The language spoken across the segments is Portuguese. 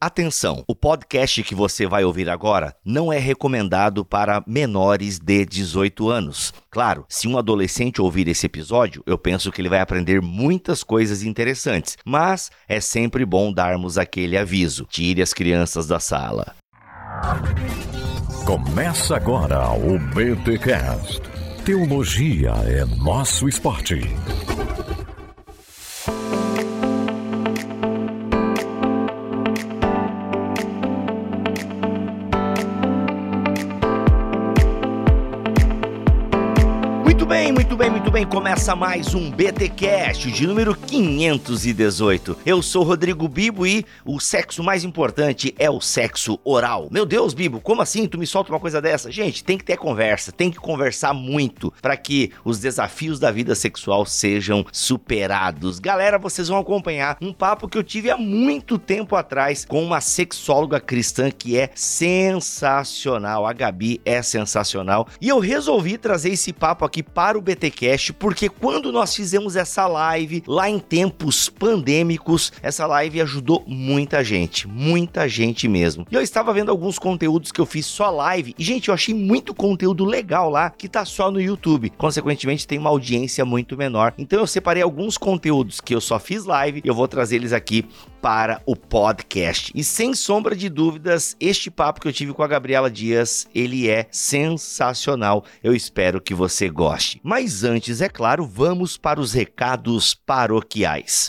Atenção, o podcast que você vai ouvir agora não é recomendado para menores de 18 anos. Claro, se um adolescente ouvir esse episódio, eu penso que ele vai aprender muitas coisas interessantes, mas é sempre bom darmos aquele aviso. Tire as crianças da sala. Começa agora o BTcast. Teologia é nosso esporte. Muito bem, começa mais um BTcast de número 518. Eu sou Rodrigo Bibo e o sexo mais importante é o sexo oral. Meu Deus, Bibo, como assim? Tu me solta uma coisa dessa? Gente, tem que ter conversa, tem que conversar muito para que os desafios da vida sexual sejam superados. Galera, vocês vão acompanhar um papo que eu tive há muito tempo atrás com uma sexóloga cristã que é sensacional. A Gabi é sensacional e eu resolvi trazer esse papo aqui para o BTcast porque quando nós fizemos essa live lá em tempos pandêmicos, essa live ajudou muita gente mesmo. E eu estava vendo alguns conteúdos que eu fiz só live e, gente, eu achei muito conteúdo legal lá que tá só no YouTube. Consequentemente, tem uma audiência muito menor. Então eu separei alguns conteúdos que eu só fiz live e eu vou trazer eles aqui para o podcast. E sem sombra de dúvidas, este papo que eu tive com a Gabriela Dias, ele é sensacional. Eu espero que você goste. Mas antes, é claro, vamos para os recados paroquiais.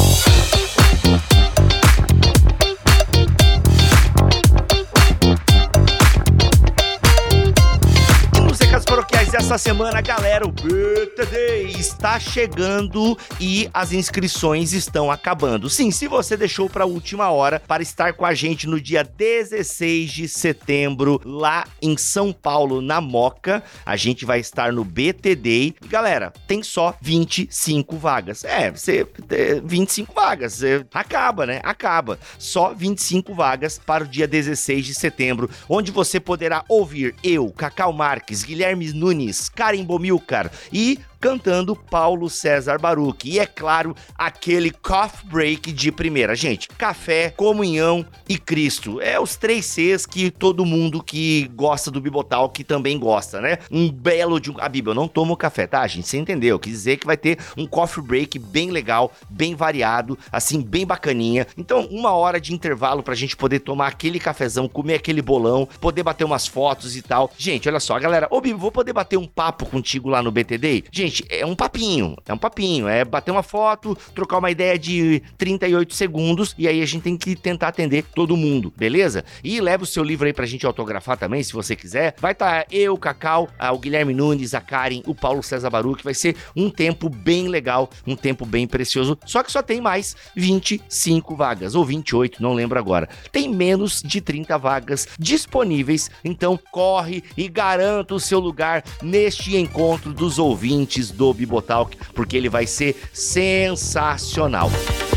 Paroquiais dessa semana, galera, o BTD está chegando e as inscrições estão acabando. Sim, se você deixou para a última hora para estar com a gente no dia 16 de setembro lá em São Paulo, na Moca, a gente vai estar no BTD. E, galera, tem só 25 vagas. 25 vagas, acaba, né? Acaba. Só 25 vagas para o dia 16 de setembro, onde você poderá ouvir eu, Cacau Marques, Guilherme Nunes, Karen Bomilcar e cantando Paulo César Baruch. E é claro, aquele coffee break de primeira. Gente, café, comunhão e Cristo. É os 3 Cs que todo mundo que gosta do Bibotalk também gosta, né? Um belo de... A Bíblia, eu não tomo café, tá, gente? Você entendeu? Quis dizer que vai ter um coffee break bem legal, bem variado, assim, bem bacaninha. Então, 1 hora de intervalo pra gente poder tomar aquele cafezão, comer aquele bolão, poder bater umas fotos e tal. Gente, olha só, galera. Ô, Bíblia, vou poder bater um papo contigo lá no BTD? Gente, é um papinho, é bater uma foto, trocar uma ideia de 38 segundos e aí a gente tem que tentar atender todo mundo, beleza? E leva o seu livro aí pra gente autografar também, se você quiser. Vai estar eu, Cacau, o Guilherme Nunes, a Karen, o Paulo César Baruch. Vai ser um tempo bem legal, um tempo bem precioso, só que só tem mais 25 vagas, ou 28, não lembro agora. Tem menos de 30 vagas disponíveis, então corre e garanta o seu lugar neste encontro dos ouvintes do Bibotalk, porque ele vai ser sensacional.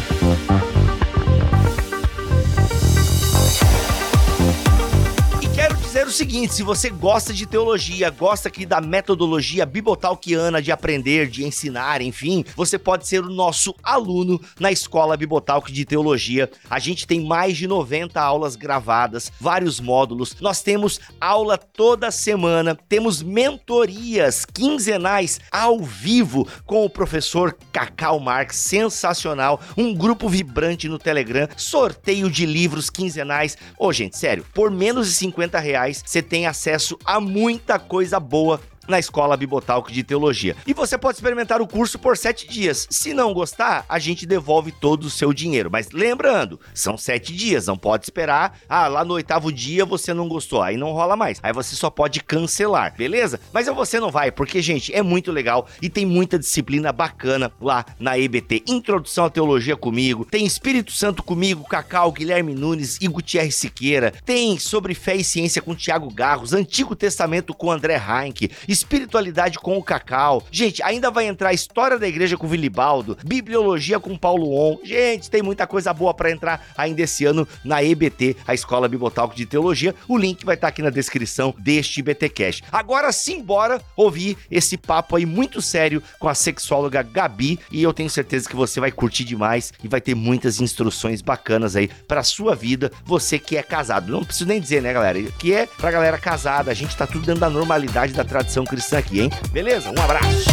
O seguinte, se você gosta de teologia, gosta aqui da metodologia bibotalkiana de aprender, de ensinar, enfim, você pode ser o nosso aluno na Escola Bibotalk de Teologia. A gente tem mais de 90 aulas gravadas, vários módulos, nós temos aula toda semana, temos mentorias quinzenais ao vivo com o professor Cacau Marques, sensacional, um grupo vibrante no Telegram, sorteio de livros quinzenais. Ô, gente, sério, por menos de R$50, você tem acesso a muita coisa boa na Escola Bibotalk de Teologia. E você pode experimentar o curso por 7 dias. Se não gostar, a gente devolve todo o seu dinheiro. Mas lembrando, são 7 dias, não pode esperar. Lá no 8º dia você não gostou, aí não rola mais. Aí você só pode cancelar, beleza? Mas você não vai, porque, gente, é muito legal e tem muita disciplina bacana lá na EBT. Introdução à Teologia comigo, tem Espírito Santo comigo, Cacau, Guilherme Nunes e Gutierrez Siqueira. Tem sobre fé e ciência com Tiago Garros, Antigo Testamento com André Heinck, espiritualidade com o Cacau. Gente, ainda vai entrar história da igreja com o Vilibaldo, bibliologia com o Paulo On. Gente, tem muita coisa boa pra entrar ainda esse ano na EBT, a Escola Bibotalk de Teologia. O link vai estar aqui na descrição deste BTcast. Agora sim, bora ouvir esse papo aí muito sério com a sexóloga Gabi, e eu tenho certeza que você vai curtir demais e vai ter muitas instruções bacanas aí pra sua vida, você que é casado. Não preciso nem dizer, né, galera? Que é pra galera casada, a gente tá tudo dentro da normalidade da tradição cristã aqui, hein? Beleza? Um abraço!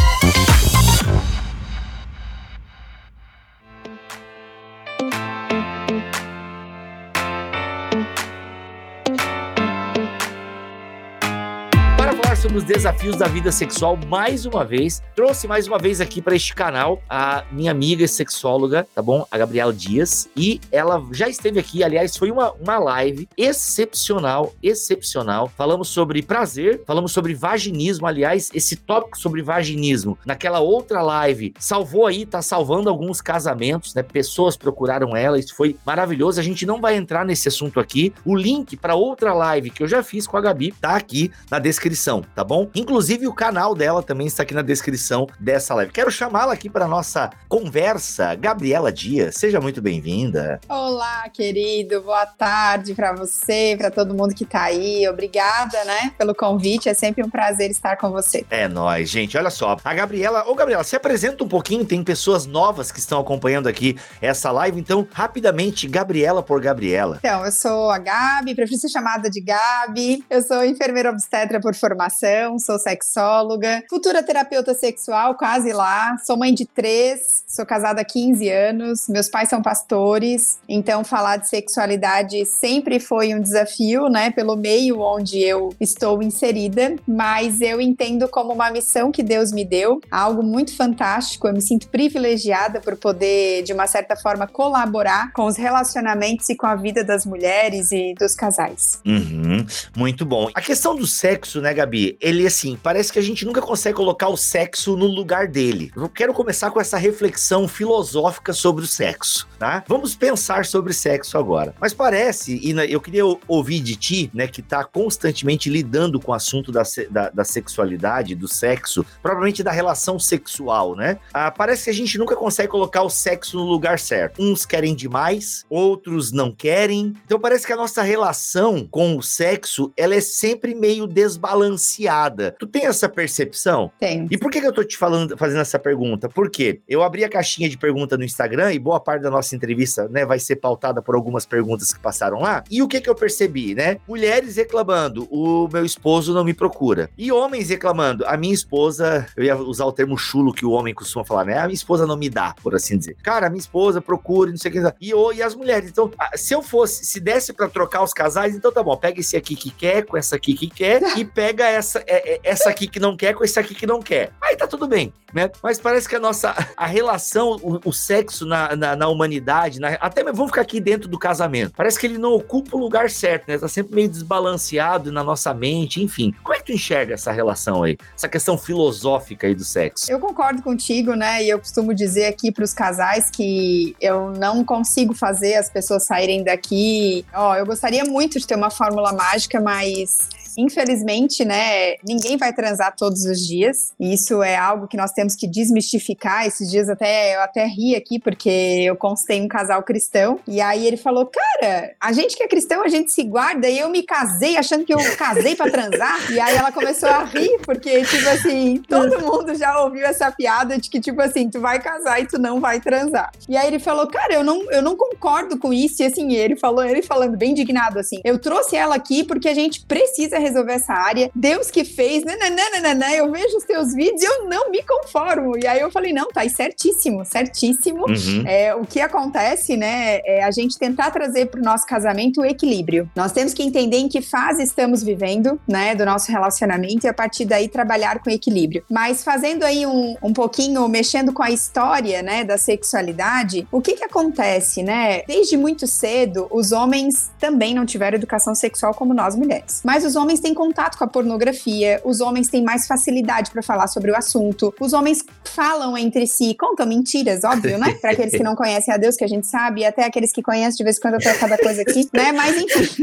Sobre os desafios da vida sexual, mais uma vez, trouxe mais uma vez aqui para este canal a minha amiga sexóloga, tá bom? A Gabriela Dias, e ela já esteve aqui, aliás, foi uma live excepcional, falamos sobre prazer, falamos sobre vaginismo, aliás, esse tópico sobre vaginismo, naquela outra live, salvou aí, tá salvando alguns casamentos, né? Pessoas procuraram ela, isso foi maravilhoso, a gente não vai entrar nesse assunto aqui, o link para outra live que eu já fiz com a Gabi tá aqui na descrição, tá bom? Inclusive o canal dela também está aqui na descrição dessa live. Quero chamá-la aqui para nossa conversa. Gabriela Dias, seja muito bem-vinda. Olá, querido, boa tarde para você, para todo mundo que tá aí. Obrigada, né, pelo convite, é sempre um prazer estar com você. É nóis, gente, olha só. A Gabriela, Gabriela, se apresenta um pouquinho, tem pessoas novas que estão acompanhando aqui essa live, então, rapidamente, Gabriela por Gabriela. Então, eu sou a Gabi, prefiro ser chamada de Gabi, eu sou enfermeira obstetra por formação, sou sexóloga, futura terapeuta sexual, quase lá, sou mãe de 3, sou casada há 15 anos, meus pais são pastores, então falar de sexualidade sempre foi um desafio, né, pelo meio onde eu estou inserida, mas eu entendo como uma missão que Deus me deu, algo muito fantástico, eu me sinto privilegiada por poder, de uma certa forma, colaborar com os relacionamentos e com a vida das mulheres e dos casais. Muito bom. A questão do sexo, né, Gabi, ele, assim, parece que a gente nunca consegue colocar o sexo no lugar dele. Eu quero começar com essa reflexão filosófica sobre o sexo, tá? Vamos pensar sobre sexo agora. Mas parece, e eu queria ouvir de ti, né, que tá constantemente lidando com o assunto da sexualidade, do sexo, provavelmente da relação sexual, né? Parece que a gente nunca consegue colocar o sexo no lugar certo. Uns querem demais, outros não querem. Então parece que a nossa relação com o sexo, ela é sempre meio desbalanceada. Tu tem essa percepção? Tenho. E por que eu tô te fazendo essa pergunta? Porque eu abri a caixinha de pergunta no Instagram e boa parte da nossa entrevista, né, vai ser pautada por algumas perguntas que passaram lá. E o que eu percebi, né? Mulheres reclamando, o meu esposo não me procura. E homens reclamando, a minha esposa, eu ia usar o termo chulo que o homem costuma falar, né? A minha esposa não me dá, por assim dizer. Cara, a minha esposa procura, não sei o que. E as mulheres. Então, se desse pra trocar os casais, então tá bom, pega esse aqui que quer com essa aqui que quer e pega essa aqui que não quer com esse aqui que não quer. Aí tá tudo bem, né? Mas parece que a relação, o sexo na humanidade, até vamos ficar aqui dentro do casamento, parece que ele não ocupa o lugar certo, né? Tá sempre meio desbalanceado na nossa mente, enfim. Como é que tu enxerga essa relação aí? Essa questão filosófica aí do sexo? Eu concordo contigo, né? E eu costumo dizer aqui pros casais que eu não consigo fazer as pessoas saírem daqui. Eu gostaria muito de ter uma fórmula mágica, mas infelizmente, né, ninguém vai transar todos os dias, e isso é algo que nós temos que desmistificar. Esses dias eu até ri aqui, porque eu constei um casal cristão, e aí ele falou, cara, a gente que é cristão, a gente se guarda, e eu me casei achando que eu casei pra transar, e aí ela começou a rir, porque, tipo assim, todo mundo já ouviu essa piada de que, tipo assim, tu vai casar e tu não vai transar. E aí ele falou, cara, eu não concordo com isso, e assim, ele falando bem indignado, assim, eu trouxe ela aqui porque a gente precisa resolver essa área, Deus que fez, eu vejo os teus vídeos e eu não me conformo. E aí eu falei, não, tá aí certíssimo. O que acontece, né, é a gente tentar trazer pro nosso casamento o equilíbrio. Nós temos que entender em que fase estamos vivendo, né, do nosso relacionamento, e a partir daí trabalhar com equilíbrio. Mas fazendo aí um pouquinho, mexendo com a história, né, da sexualidade, o que acontece, né? Desde muito cedo, os homens também não tiveram educação sexual como nós mulheres. Mas os homens têm contato com a pornografia pornografia, os homens têm mais facilidade para falar sobre o assunto, os homens falam entre si, contam mentiras, óbvio, né? Para aqueles que não conhecem a Deus, que a gente sabe, e até aqueles que conhecem, de vez em quando eu tô cada coisa aqui, né? Mas enfim,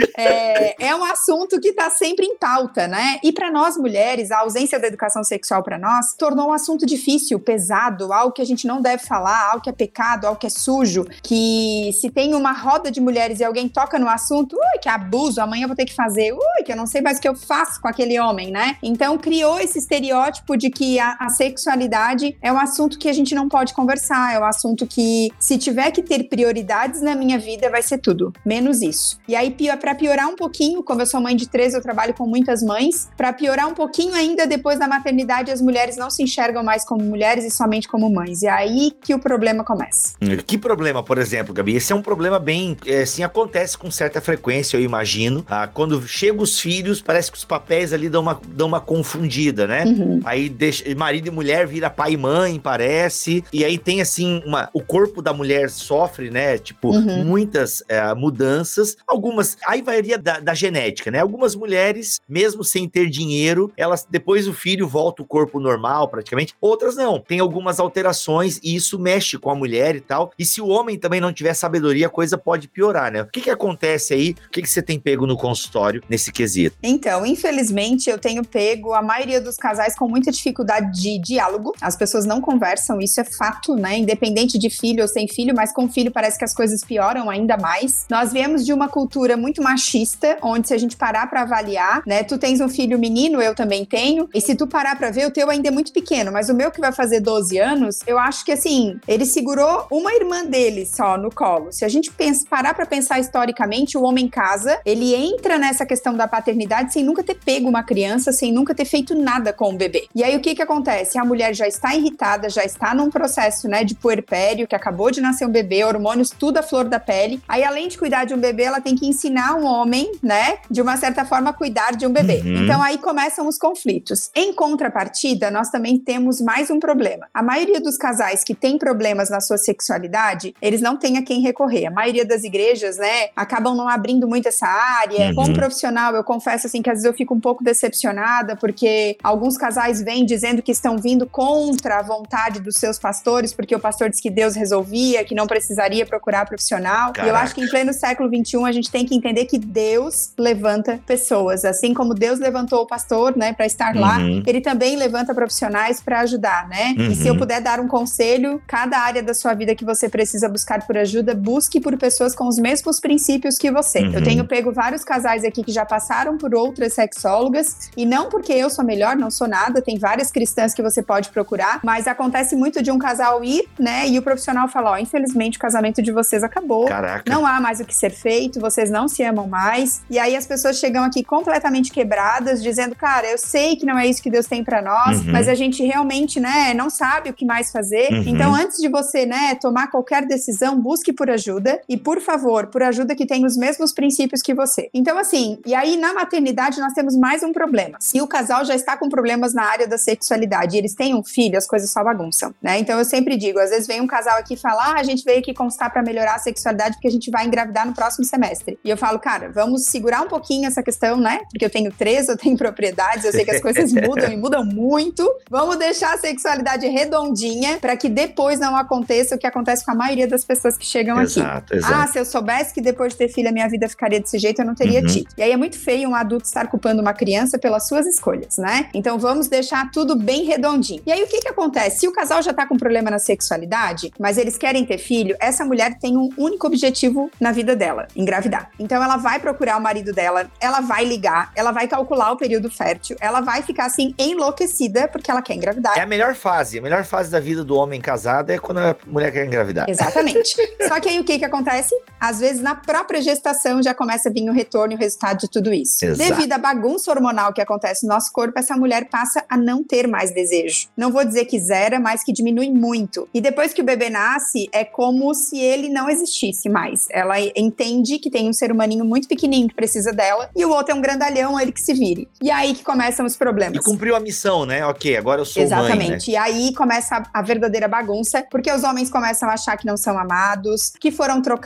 é um assunto que tá sempre em pauta, né? E para nós mulheres, a ausência da educação sexual para nós tornou um assunto difícil, pesado, algo que a gente não deve falar, algo que é pecado, algo que é sujo, que se tem uma roda de mulheres e alguém toca no assunto, ui, que abuso, amanhã eu vou ter que fazer, ui, que eu não sei mais o que eu faço com aquele homem, né? Então criou esse estereótipo de que a sexualidade é um assunto que a gente não pode conversar, é um assunto que, se tiver que ter prioridades na minha vida, vai ser tudo, menos isso. E aí, pra piorar um pouquinho, como eu sou mãe de 3, eu trabalho com muitas mães, pra piorar um pouquinho ainda, depois da maternidade, as mulheres não se enxergam mais como mulheres e somente como mães. E é aí que o problema começa. Que problema, por exemplo, Gabi? Esse é um problema bem, assim, acontece com certa frequência, eu imagino. Quando chegam os filhos, parece que os papéis ali dão uma confundida, né? Uhum. Aí marido e mulher vira pai e mãe, parece. E aí tem, assim, o corpo da mulher sofre, né? Tipo, muitas mudanças. Algumas, aí varia da genética, né? Algumas mulheres, mesmo sem ter dinheiro, elas, depois do filho, volta o corpo normal, praticamente. Outras não. Tem algumas alterações e isso mexe com a mulher e tal. E se o homem também não tiver sabedoria, a coisa pode piorar, né? O que acontece aí? O que você tem pego no consultório nesse quesito? Então, infelizmente, eu tenho pego a maioria dos casais com muita dificuldade de diálogo. As pessoas não conversam, isso é fato, né? Independente de filho ou sem filho, mas com filho parece que as coisas pioram ainda mais. Nós viemos de uma cultura muito machista, onde se a gente parar pra avaliar, né? Tu tens um filho menino, eu também tenho, e se tu parar pra ver, o teu ainda é muito pequeno, mas o meu que vai fazer 12 anos, eu acho que assim, ele segurou uma irmã dele só no colo. Se a gente parar pra pensar historicamente, o homem casa, ele entra nessa questão da paternidade sem nunca ter pego uma criança, sem nunca ter feito nada com o bebê. E aí o que acontece? A mulher já está irritada, já está num processo, né, de puerpério, que acabou de nascer um bebê, hormônios tudo à flor da pele. Aí além de cuidar de um bebê, ela tem que ensinar um homem, né, de uma certa forma a cuidar de um bebê. Então aí começam os conflitos. Em contrapartida, nós também temos mais um problema. A maioria dos casais que tem problemas na sua sexualidade, eles não têm a quem recorrer. A maioria das igrejas, né, acabam não abrindo muito essa área. Como profissional, eu confesso assim que às vezes eu fico um pouco decepcionada, porque alguns casais vêm dizendo que estão vindo contra a vontade dos seus pastores, porque o pastor disse que Deus resolvia, que não precisaria procurar profissional. Caraca. E eu acho que em pleno século XXI a gente tem que entender que Deus levanta pessoas. Assim como Deus levantou o pastor, né, para estar lá, ele também levanta profissionais para ajudar, né? E se eu puder dar um conselho, cada área da sua vida que você precisa buscar por ajuda, busque por pessoas com os mesmos princípios que você. Eu tenho pego vários casais aqui que já passaram por outras sexólogas, e não porque eu sou melhor, não sou nada, tem várias cristãs que você pode procurar, mas acontece muito de um casal ir, né, e o profissional falar, infelizmente o casamento de vocês acabou. Caraca. Não há mais o que ser feito, vocês não se amam mais. E aí as pessoas chegam aqui completamente quebradas, dizendo, cara, eu sei que não é isso que Deus tem pra nós, mas a gente realmente, né, não sabe o que mais fazer. Então, antes de você, né, tomar qualquer decisão, busque por ajuda e, por favor, por ajuda que tem os mesmos princípios que você. Então, assim, e aí na maternidade nós temos mais um problema. Se o casal já está com problemas na área da sexualidade e eles têm um filho, as coisas só bagunçam, né? Então, eu sempre digo, às vezes vem um casal aqui e fala, a gente veio aqui constar pra melhorar a sexualidade porque a gente vai engravidar no próximo semestre. E eu falo, cara, vamos segurar um pouquinho essa questão, né? Porque eu tenho 3, eu tenho propriedades, eu sei que as coisas mudam e mudam muito. Vamos deixar a sexualidade redondinha pra que depois não aconteça o que acontece com a maioria das pessoas que chegam aqui. Exato. Se eu soubesse que depois de ter filho a minha vida ficaria desse jeito, eu não teria tido. E aí é muito feio um adulto estar culpando uma criança pelas suas escolhas, né? Então vamos deixar tudo bem redondinho. E aí o que acontece? Se o casal já tá com problema na sexualidade, mas eles querem ter filho, essa mulher tem um único objetivo na vida dela, engravidar. Então ela vai procurar o marido dela, ela vai ligar, ela vai calcular o período fértil, ela vai ficar assim enlouquecida porque ela quer engravidar. É a melhor fase da vida do homem casado é quando a mulher quer engravidar. Exatamente. Só que aí o que acontece? Às vezes na própria gestação já começa a vir o retorno e o resultado de tudo isso. Exato. Devido à bagunça hormonal que acontece no nosso corpo, essa mulher passa a não ter mais desejo. Não vou dizer que zera, mas que diminui muito. E depois que o bebê nasce, é como se ele não existisse mais. Ela entende que tem um ser humaninho muito pequenininho que precisa dela e o outro é um grandalhão, ele que se vire. E aí que começam os problemas. E cumpriu a missão, né? Ok, agora eu sou Exatamente. mãe, né? E aí começa a verdadeira bagunça, porque os homens começam a achar que não são amados, que foram trocados,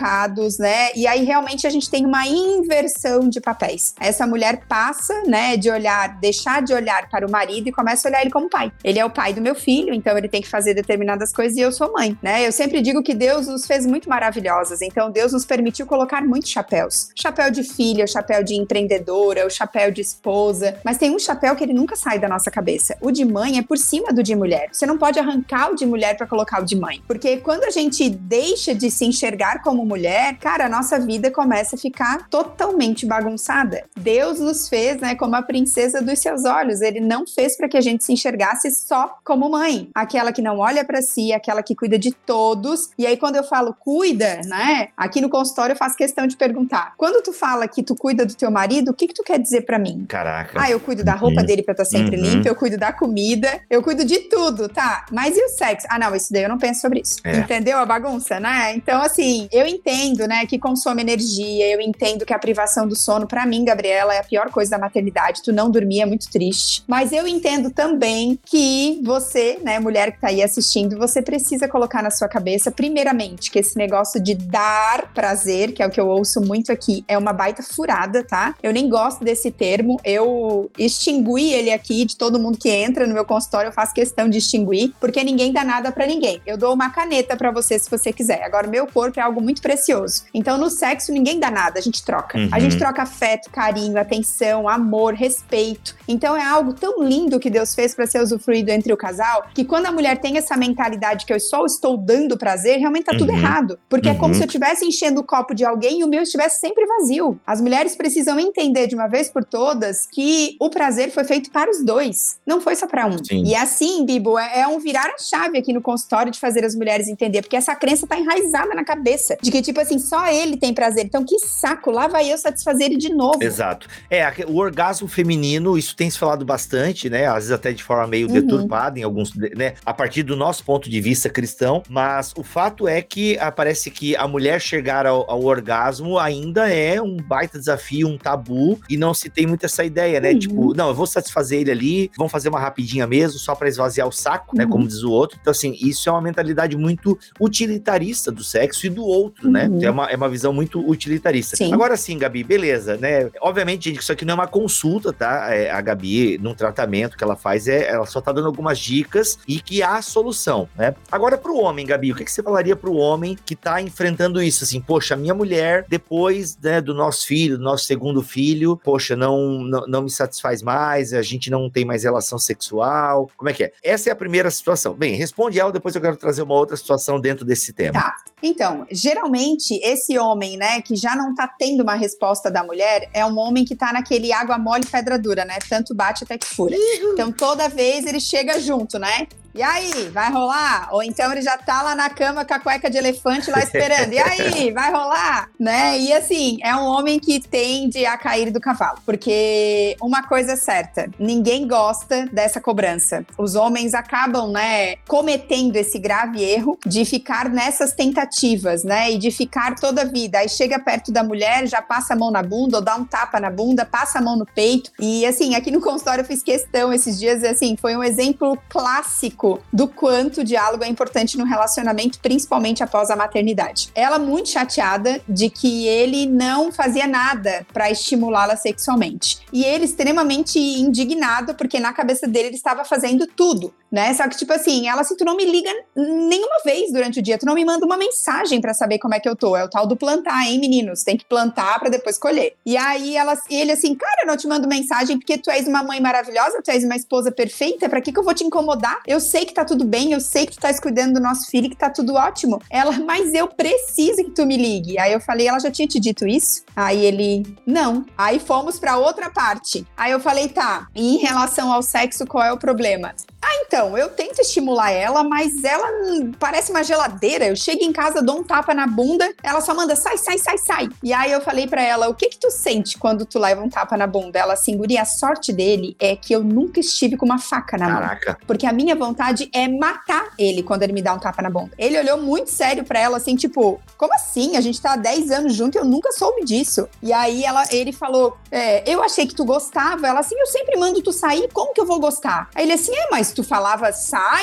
rolos, né? E aí realmente a gente tem uma inversão de papéis. Essa mulher passa, né, deixar de olhar para o marido e começa a olhar ele como pai. Ele é o pai do meu filho, então ele tem que fazer determinadas coisas e eu sou mãe, né? Eu sempre digo que Deus nos fez muito maravilhosas, então Deus nos permitiu colocar muitos chapéus. O chapéu de filha, o chapéu de empreendedora, o chapéu de esposa, mas tem um chapéu que ele nunca sai da nossa cabeça. O de mãe é por cima do de mulher. Você não pode arrancar o de mulher para colocar o de mãe, porque quando a gente deixa de se enxergar como mulher, cara, a nossa vida começa a ficar totalmente bagunçada. Deus nos fez, né, como a princesa dos seus olhos. Ele não fez para que a gente se enxergasse só como mãe, aquela que não olha para si, aquela que cuida de todos. E aí quando eu falo cuida, né, aqui no consultório eu faço questão de perguntar: quando tu fala que tu cuida do teu marido, o que tu quer dizer para mim? Caraca. Ah, eu cuido da roupa dele pra estar sempre limpa, eu cuido da comida, eu cuido de tudo, tá? Mas e o sexo? Ah, não, isso daí eu não penso sobre isso. Entendeu a bagunça, né? Então, assim, eu entendo, né, que consome energia, eu entendo que a privação do sono, pra mim, Gabriela, é a pior coisa da maternidade. Tu não dormir é muito triste. Mas eu entendo também que você, né, mulher que tá aí assistindo, você precisa colocar na sua cabeça, primeiramente, que esse negócio de dar prazer, que é o que eu ouço muito aqui, é uma baita furada, tá? Eu nem gosto desse termo, eu extingui ele aqui de todo mundo que entra no meu consultório, eu faço questão de extinguir, porque ninguém dá nada pra ninguém. Eu dou uma caneta pra você se você quiser. Agora, o meu corpo é algo muito precioso. Então, no sexo, ninguém dá nada, a gente troca. A gente troca afeto, carinho, atenção, amor, respeito. Então, é algo tão lindo que Deus fez pra ser usufruído entre o casal, que quando a mulher tem essa mentalidade que eu só estou dando prazer, realmente tá tudo errado. Porque é como se eu estivesse enchendo o copo de alguém e o meu estivesse sempre vazio. As mulheres precisam entender de uma vez por todas que o prazer foi feito para os dois, não foi só para um. Sim. E assim, Bibo, é um virar a chave aqui no consultório de fazer as mulheres entender, porque essa crença tá enraizada na cabeça, de que tipo assim, só ele tem prazer, então que saco, lá vai eu satisfazer ele de novo. Exato. O orgasmo feminino, isso tem se falado bastante, né, às vezes até de forma meio deturpada em alguns, né, a partir do nosso ponto de vista cristão, mas o fato é que parece que a mulher chegar ao orgasmo ainda é um baita desafio, um tabu, e não se tem muito essa ideia, né, tipo, não, eu vou satisfazer ele ali, vamos fazer uma rapidinha mesmo, só pra esvaziar o saco, né, como diz o outro. Então, assim, isso é uma mentalidade muito utilitarista do sexo e do outro, né, é uma visão muito utilitarista. Sim. Agora sim, Gabi, beleza, né, obviamente, gente, isso aqui não é uma consulta, tá, a Gabi, num tratamento que ela faz, ela só tá dando algumas dicas e que há solução, né. Agora, pro homem, Gabi, o que você falaria pro homem que tá enfrentando isso, assim, poxa, minha mulher, depois, né, do nosso filho, do nosso segundo filho, poxa, não me satisfaz mais, a gente não tem mais relação sexual, como é que é? Essa é a primeira situação. Bem, responde ela, depois eu quero trazer uma outra situação dentro desse tema. Tá, então, geralmente, esse homem, né, que já não tá tendo uma resposta da mulher, é um homem que tá naquele água mole, pedra dura, né, tanto bate até que fura. Então, toda vez ele chega junto, né? E aí, vai rolar? Ou então ele já tá lá na cama com a cueca de elefante lá esperando. E aí, vai rolar? Né? E assim, é um homem que tende a cair do cavalo. Porque uma coisa é certa, ninguém gosta dessa cobrança. Os homens acabam, né, cometendo esse grave erro de ficar nessas tentativas, né? E de ficar toda a vida. Aí chega perto da mulher, já passa a mão na bunda, ou dá um tapa na bunda, passa a mão no peito. E assim, aqui no consultório eu fiz questão esses dias, assim, foi um exemplo clássico do quanto o diálogo é importante no relacionamento, principalmente após a maternidade. Ela muito chateada de que ele não fazia nada para estimulá-la sexualmente. E ele extremamente indignado, porque na cabeça dele ele estava fazendo tudo, né? Só que, tipo assim, ela assim, tu não me liga nenhuma vez durante o dia, tu não me manda uma mensagem pra saber como é que eu tô. É o tal do plantar, hein, meninos? Tem que plantar pra depois colher. E aí ele assim, cara, eu não te mando mensagem porque tu és uma mãe maravilhosa, tu és uma esposa perfeita, pra que eu vou te incomodar? Eu sei que tá tudo bem, eu sei que tu tá cuidando do nosso filho, que tá tudo ótimo. Ela, mas eu preciso que tu me ligue. Aí eu falei, ela já tinha te dito isso? Aí ele, não. Aí fomos pra outra parte. Aí eu falei, tá, e em relação ao sexo, qual é o problema? Ah, então, eu tento estimular ela, mas ela parece uma geladeira. Eu chego em casa, dou um tapa na bunda, ela só manda sai, sai, sai, sai. E aí eu falei pra ela, o que tu sente quando tu leva um tapa na bunda? Ela assim, guria, a sorte dele é que eu nunca estive com uma faca na mão. Porque a minha vontade é matar ele quando ele me dá um tapa na bunda. Ele olhou muito sério pra ela, assim, tipo, como assim? A gente tá há 10 anos junto e eu nunca soube disso. E aí ele falou, eu achei que tu gostava. Ela assim, eu sempre mando tu sair, como que eu vou gostar? Aí ele assim, mas tu falava sai?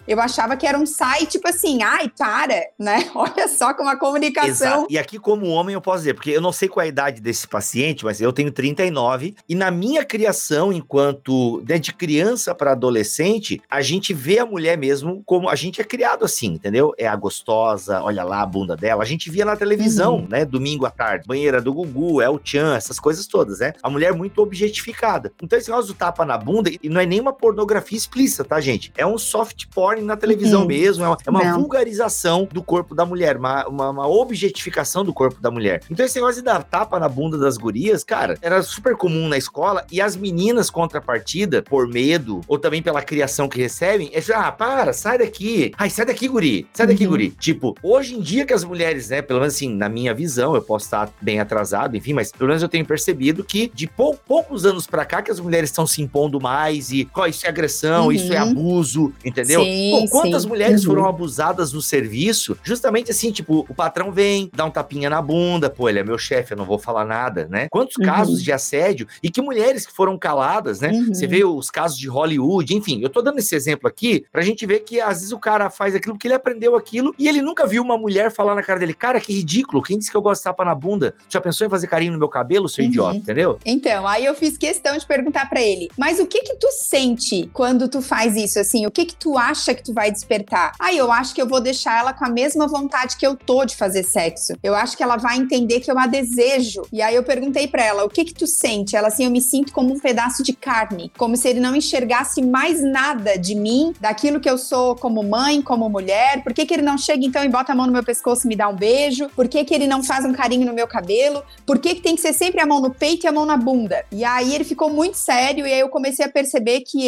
eu achava que era um site, tipo assim, ai, para, né? Olha só como a comunicação... Exato. E aqui, como homem, eu posso dizer, porque eu não sei qual é a idade desse paciente, mas eu tenho 39, e na minha criação, enquanto de criança para adolescente, a gente vê a mulher mesmo como a gente é criado assim, entendeu? É a gostosa, olha lá a bunda dela. A gente via na televisão, né? Domingo à tarde. Banheira do Gugu, El Chan, essas coisas todas, né? A mulher muito objetificada. Então esse negócio do tapa na bunda, e não é nem uma pornografia explícita, tá, gente? É um soft porn na televisão mesmo, é uma vulgarização do corpo da mulher, uma objetificação do corpo da mulher. Então esse negócio de dar tapa na bunda das gurias, cara, era super comum na escola, e as meninas, contrapartida, por medo, ou também pela criação que recebem, é para, sai daqui. Ai, sai daqui, guri. Sai daqui, guri. Tipo, hoje em dia que as mulheres, né, pelo menos assim, na minha visão, eu posso estar bem atrasado, enfim, mas pelo menos eu tenho percebido que de poucos anos pra cá que as mulheres estão se impondo mais e, isso é agressão, isso é abuso, entendeu? Sim, quantas mulheres foram abusadas no serviço, justamente assim, tipo, o patrão vem, dá um tapinha na bunda, ele é meu chefe, eu não vou falar nada, né? Quantos casos de assédio, e que mulheres que foram caladas, né? Você vê os casos de Hollywood, enfim, eu tô dando esse exemplo aqui pra gente ver que às vezes o cara faz aquilo porque ele aprendeu aquilo e ele nunca viu uma mulher falar na cara dele, cara, que ridículo, quem disse que eu gosto de tapa na bunda? Já pensou em fazer carinho no meu cabelo, seu idiota, entendeu? Então, aí eu fiz questão de perguntar pra ele, mas o que tu sente quando tu faz isso, assim? O que tu acha que tu vai despertar? Aí eu acho que eu vou deixar ela com a mesma vontade que eu tô de fazer sexo. Eu acho que ela vai entender que eu a desejo. E aí eu perguntei pra ela, o que tu sente? Ela assim, eu me sinto como um pedaço de carne, como se ele não enxergasse mais nada de mim, daquilo que eu sou como mãe, como mulher. Por que ele não chega então e bota a mão no meu pescoço e me dá um beijo? Por que ele não faz um carinho no meu cabelo? Por que tem que ser sempre a mão no peito e a mão na bunda? E aí ele ficou muito sério e aí eu comecei a perceber que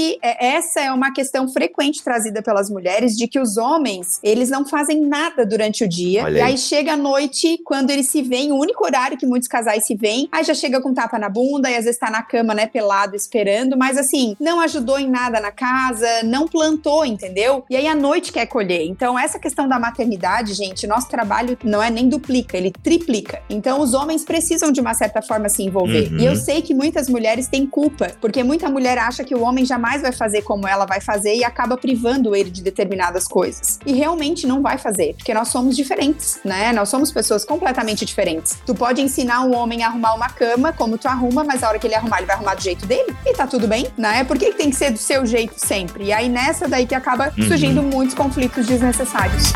essa é uma questão frequente trazida pelas mulheres, de que os homens, eles não fazem nada durante o dia. E aí chega a noite, quando eles se veem, o único horário que muitos casais se veem, aí já chega com tapa na bunda e às vezes tá na cama, né, pelado, esperando, mas assim, não ajudou em nada na casa, não plantou, entendeu? E aí à noite quer colher. Então essa questão da maternidade, gente, nosso trabalho não é nem duplica, ele triplica. Então os homens precisam de uma certa forma se envolver. E eu sei que muitas mulheres têm culpa, porque muita mulher acha que o homem jamais vai fazer como ela vai fazer e acaba privando ele de determinadas coisas. E realmente não vai fazer, porque nós somos diferentes, né? Nós somos pessoas completamente diferentes. Tu pode ensinar um homem a arrumar uma cama como tu arruma, mas a hora que ele arrumar, ele vai arrumar do jeito dele e tá tudo bem, né? Por que tem que ser do seu jeito sempre? E aí nessa daí que acaba surgindo muitos conflitos desnecessários.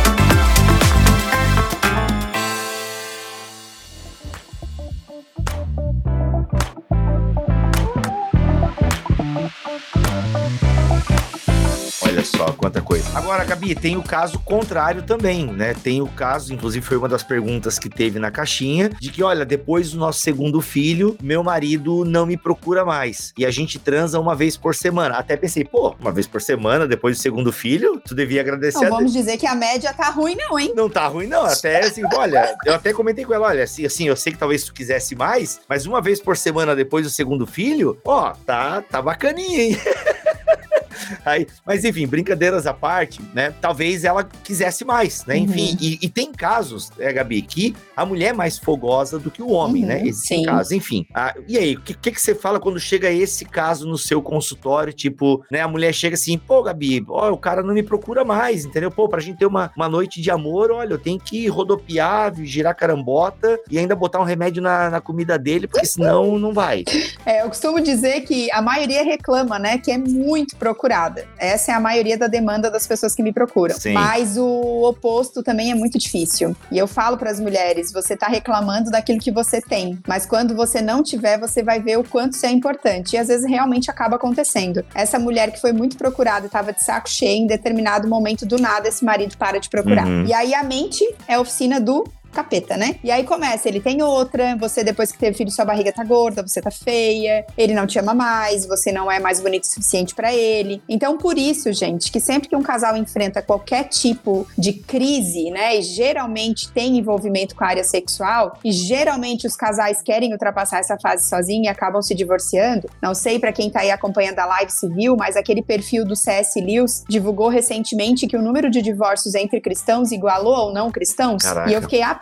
Olha só quanta coisa. Agora, Gabi, tem o caso contrário também, né? Tem o caso, inclusive foi uma das perguntas que teve na caixinha, de que, olha, depois do nosso segundo filho, meu marido não me procura mais. E a gente transa uma vez por semana. Até pensei, uma vez por semana, depois do segundo filho, tu devia agradecer. Não, vamos dizer que a média tá ruim não, hein? Não tá ruim não, até assim, olha, eu até comentei com ela, olha, assim, eu sei que talvez tu quisesse mais, mas uma vez por semana depois do segundo filho, tá bacaninha, hein? Aí, mas enfim, brincadeiras à parte, né? Talvez ela quisesse mais, né? Enfim, e tem casos, Gabi, que a mulher é mais fogosa do que o homem, né? Existem casos, enfim. E aí, o que você fala quando chega esse caso no seu consultório? Tipo, né? A mulher chega assim, Gabi, o cara não me procura mais, entendeu? Pra gente ter uma noite de amor, olha, eu tenho que rodopiar, girar carambota e ainda botar um remédio na comida dele, porque senão não vai. Eu costumo dizer que a maioria reclama, né? Que é muito procurada. Essa é a maioria da demanda das pessoas que me procuram. Sim. Mas o oposto também é muito difícil. E eu falo para as mulheres, você tá reclamando daquilo que você tem, mas quando você não tiver, você vai ver o quanto isso é importante. E às vezes realmente acaba acontecendo. Essa mulher que foi muito procurada, estava de saco cheio, em determinado momento, do nada, esse marido para de procurar. E aí a mente é a oficina do capeta, né? E aí começa, ele tem outra, você depois que teve filho, sua barriga tá gorda, você tá feia, ele não te ama mais, você não é mais bonito o suficiente pra ele. Então, por isso, gente, que sempre que um casal enfrenta qualquer tipo de crise, né, e geralmente tem envolvimento com a área sexual, e geralmente os casais querem ultrapassar essa fase sozinhos e acabam se divorciando. Não sei pra quem tá aí acompanhando a live se viu, mas aquele perfil do C.S. Lewis divulgou recentemente que o número de divórcios entre cristãos igualou ao não cristãos. Caraca. E eu fiquei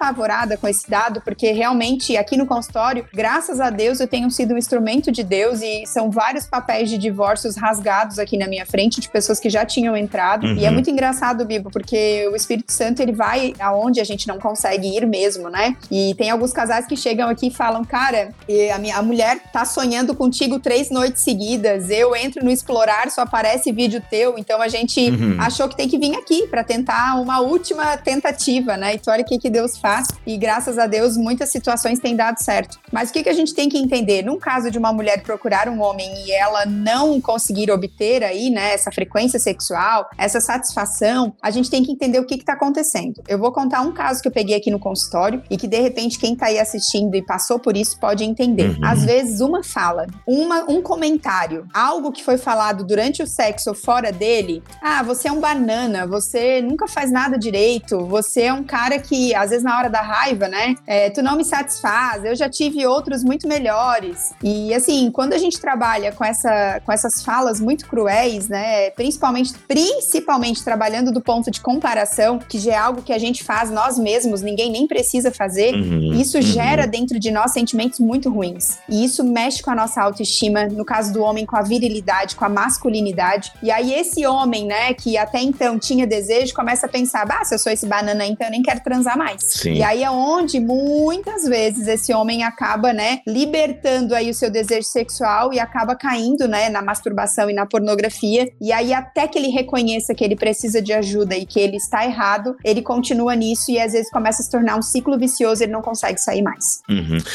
apavorada com esse dado, porque realmente aqui no consultório, graças a Deus, eu tenho sido um instrumento de Deus e são vários papéis de divórcios rasgados aqui na minha frente, de pessoas que já tinham entrado. E é muito engraçado, Bibo, porque o Espírito Santo, ele vai aonde a gente não consegue ir mesmo, né? E tem alguns casais que chegam aqui e falam, cara, a mulher tá sonhando contigo 3 noites seguidas, eu entro no explorar, só aparece vídeo teu, então a gente achou que tem que vir aqui pra tentar uma última tentativa, né? Então olha o que Deus faz e graças a Deus muitas situações têm dado certo. Mas o que a gente tem que entender? Num caso de uma mulher procurar um homem e ela não conseguir obter aí, né, essa frequência sexual, essa satisfação, a gente tem que entender o que tá acontecendo. Eu vou contar um caso que eu peguei aqui no consultório e que de repente quem tá aí assistindo e passou por isso pode entender. Às vezes uma fala, um comentário, algo que foi falado durante o sexo ou fora dele, você é um banana, você nunca faz nada direito, você é um cara que, às vezes na hora da raiva, né, tu não me satisfaz, eu já tive outros muito melhores. E assim, quando a gente trabalha com essas falas muito cruéis, né, principalmente trabalhando do ponto de comparação, que já é algo que a gente faz nós mesmos, ninguém nem precisa fazer, isso gera dentro de nós sentimentos muito ruins. E isso mexe com a nossa autoestima, no caso do homem com a virilidade, com a masculinidade. E aí esse homem, né, que até então tinha desejo, começa a pensar, se eu sou esse banana então eu nem quero transar mais. Sim. E aí é onde muitas vezes esse homem acaba, né, libertando aí o seu desejo sexual e acaba caindo, né, na masturbação e na pornografia. E aí até que ele reconheça que ele precisa de ajuda e que ele está errado, ele continua nisso e às vezes começa a se tornar um ciclo vicioso e ele não consegue sair mais.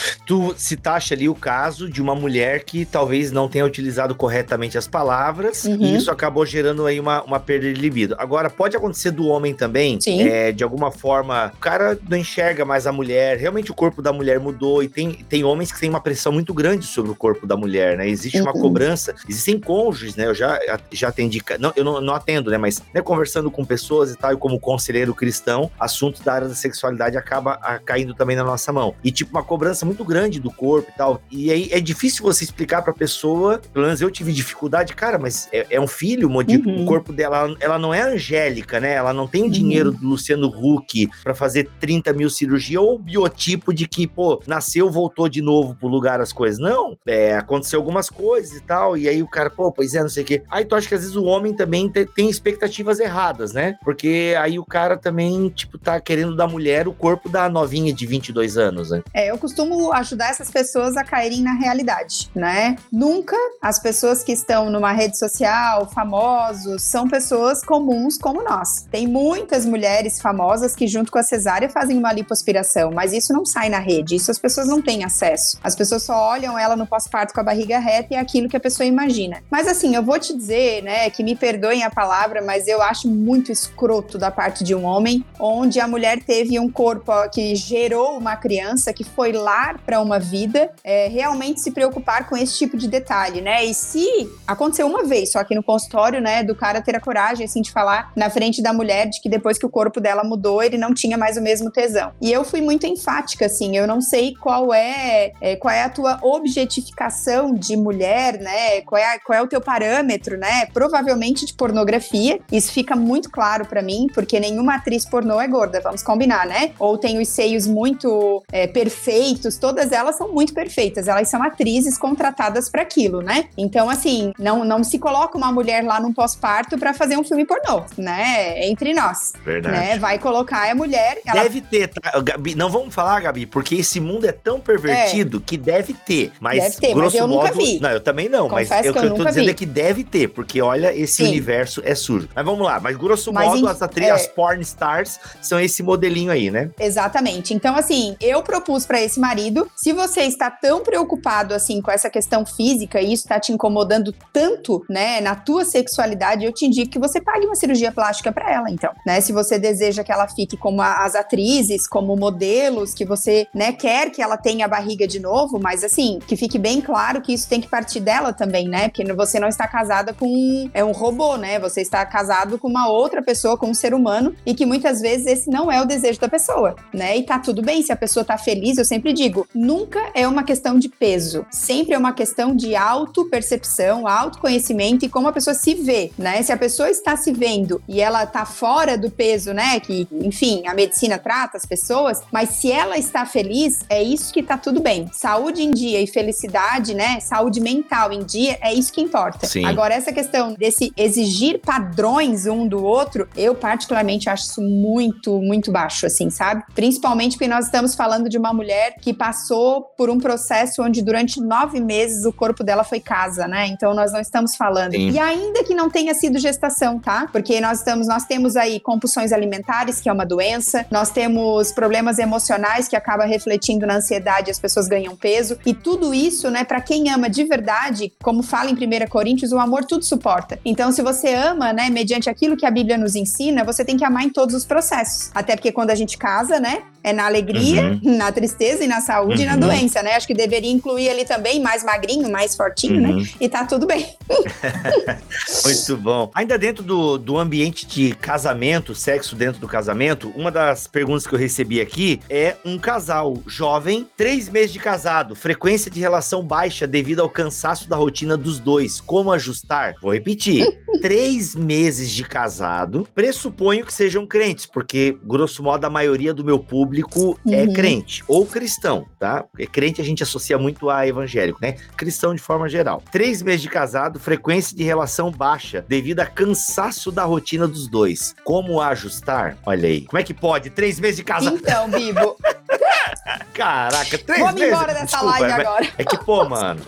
Tu citaste ali o caso de uma mulher que talvez não tenha utilizado corretamente as palavras e isso acabou gerando aí uma perda de libido. Agora, pode acontecer do homem também, de alguma forma, o cara não enxerga mais a mulher, realmente o corpo da mulher mudou e tem homens que têm uma pressão muito grande sobre o corpo da mulher, né? Existe uma cobrança, existem cônjuges, né? Eu já atendi, eu não atendo, né? Mas né, conversando com pessoas e tal, e como conselheiro cristão, assuntos da área da sexualidade acaba caindo também na nossa mão. E tipo, uma cobrança muito grande do corpo e tal. E aí é difícil você explicar pra pessoa, pelo menos eu tive dificuldade, cara, mas é um filho, o corpo dela, ela não é angélica, né? Ela não tem o dinheiro do Luciano Huck pra fazer 30 mil cirurgias ou o biotipo de que, nasceu, voltou de novo pro lugar as coisas. Não, aconteceu algumas coisas e tal, e aí o cara, pois não sei o quê. Aí tu acha que às vezes o homem também tem expectativas erradas, né? Porque aí o cara também, tá querendo da mulher o corpo da novinha de 22 anos, né? Eu costumo ajudar essas pessoas a caírem na realidade, né? Nunca as pessoas que estão numa rede social, famosos, são pessoas comuns como nós. Tem muitas mulheres famosas que junto com a cesárea fazem uma lipoaspiração, mas isso não sai na rede, isso as pessoas não têm acesso. As pessoas só olham ela no pós-parto com a barriga reta e é aquilo que a pessoa imagina. Mas assim, eu vou te dizer, né, que me perdoem a palavra, mas eu acho muito escroto da parte de um homem, onde a mulher teve um corpo que gerou uma criança, que foi lar para uma vida, realmente se preocupar com esse tipo de detalhe, né? E se aconteceu uma vez, só que no consultório, né, do cara ter a coragem, assim, de falar na frente da mulher de que depois que o corpo dela mudou, ele não tinha mais o mesmo tesão. E eu fui muito enfática, assim, eu não sei qual é a tua objetificação de mulher, né? Qual é o teu parâmetro, né? Provavelmente de pornografia. Isso fica muito claro pra mim, porque nenhuma atriz pornô é gorda, vamos combinar, né? Ou tem os seios muito perfeitos, todas elas são muito perfeitas, elas são atrizes contratadas pra aquilo, né? Então, assim, não se coloca uma mulher lá num pós-parto pra fazer um filme pornô, né? Entre nós. Verdade. Né? Vai colocar a mulher... Deve ter, tá? Gabi, não vamos falar, Gabi, porque esse mundo é tão pervertido que deve ter. Mas eu nunca vi. Não, eu também não. Confesso mas o que eu tô dizendo vi. é que deve ter, porque olha, esse universo é sujo. Mas vamos lá, mas grosso modo, as porn stars são esse modelinho aí, né? Exatamente. Então, assim, eu propus pra esse marido, se você está tão preocupado, assim, com essa questão física e isso tá te incomodando tanto, né, na tua sexualidade, eu te indico que você pague uma cirurgia plástica pra ela, então, né? Se você deseja que ela fique como as atrizes, como modelos, que você, né, quer que ela tenha a barriga de novo, mas, assim, que fique bem claro que isso tem que partir dela também, né? Porque você não está casada com um robô, né? Você está casado com uma outra pessoa, com um ser humano, e que muitas vezes esse não é o desejo da pessoa, né? E tá tudo bem, se a pessoa tá feliz, eu sempre digo, nunca é uma questão de peso, sempre é uma questão de autopercepção, autoconhecimento e como a pessoa se vê, né? Se a pessoa está se vendo e ela tá fora do peso, né? Que, enfim, a medicina trata, trata as pessoas, mas se ela está feliz, é isso que tá tudo bem. Saúde em dia e felicidade, né? Saúde mental em dia, é isso que importa. Sim. Agora, essa questão desse exigir padrões um do outro, eu particularmente acho isso muito, muito baixo, assim, sabe? Principalmente porque nós estamos falando de uma mulher que passou por um processo onde durante 9 meses o corpo dela foi casa, né? Então nós não estamos falando. Sim. E ainda que não tenha sido gestação, tá? Porque nós temos aí compulsões alimentares, que é uma doença, nós temos problemas emocionais que acaba refletindo na ansiedade, as pessoas ganham peso, e tudo isso, né, pra quem ama de verdade, como fala em 1 Coríntios, o amor tudo suporta. Então, se você ama, né, mediante aquilo que a Bíblia nos ensina, você tem que amar em todos os processos. Até porque quando a gente casa, né, é na alegria, na tristeza e na saúde e na doença, né? Acho que deveria incluir ali também mais magrinho, mais fortinho, né? E tá tudo bem. Muito bom. Ainda dentro do ambiente de casamento, sexo dentro do casamento, uma das perguntas que eu recebi aqui é um casal jovem, 3 meses de casado, frequência de relação baixa devido ao cansaço da rotina dos dois. Como ajustar? Vou repetir. 3 meses de casado, pressuponho que sejam crentes, porque, grosso modo, a maioria do meu público é crente ou cristão, tá? Porque crente a gente associa muito a evangélico, né? Cristão de forma geral. 3 meses de casado, frequência de relação baixa, devido a cansaço da rotina dos dois. Como ajustar? Olha aí. Como é que pode? 3 meses de casado? Então, Bibo... Caraca, 3 meses. Vamos embora dessa live agora. É que, pô, mano.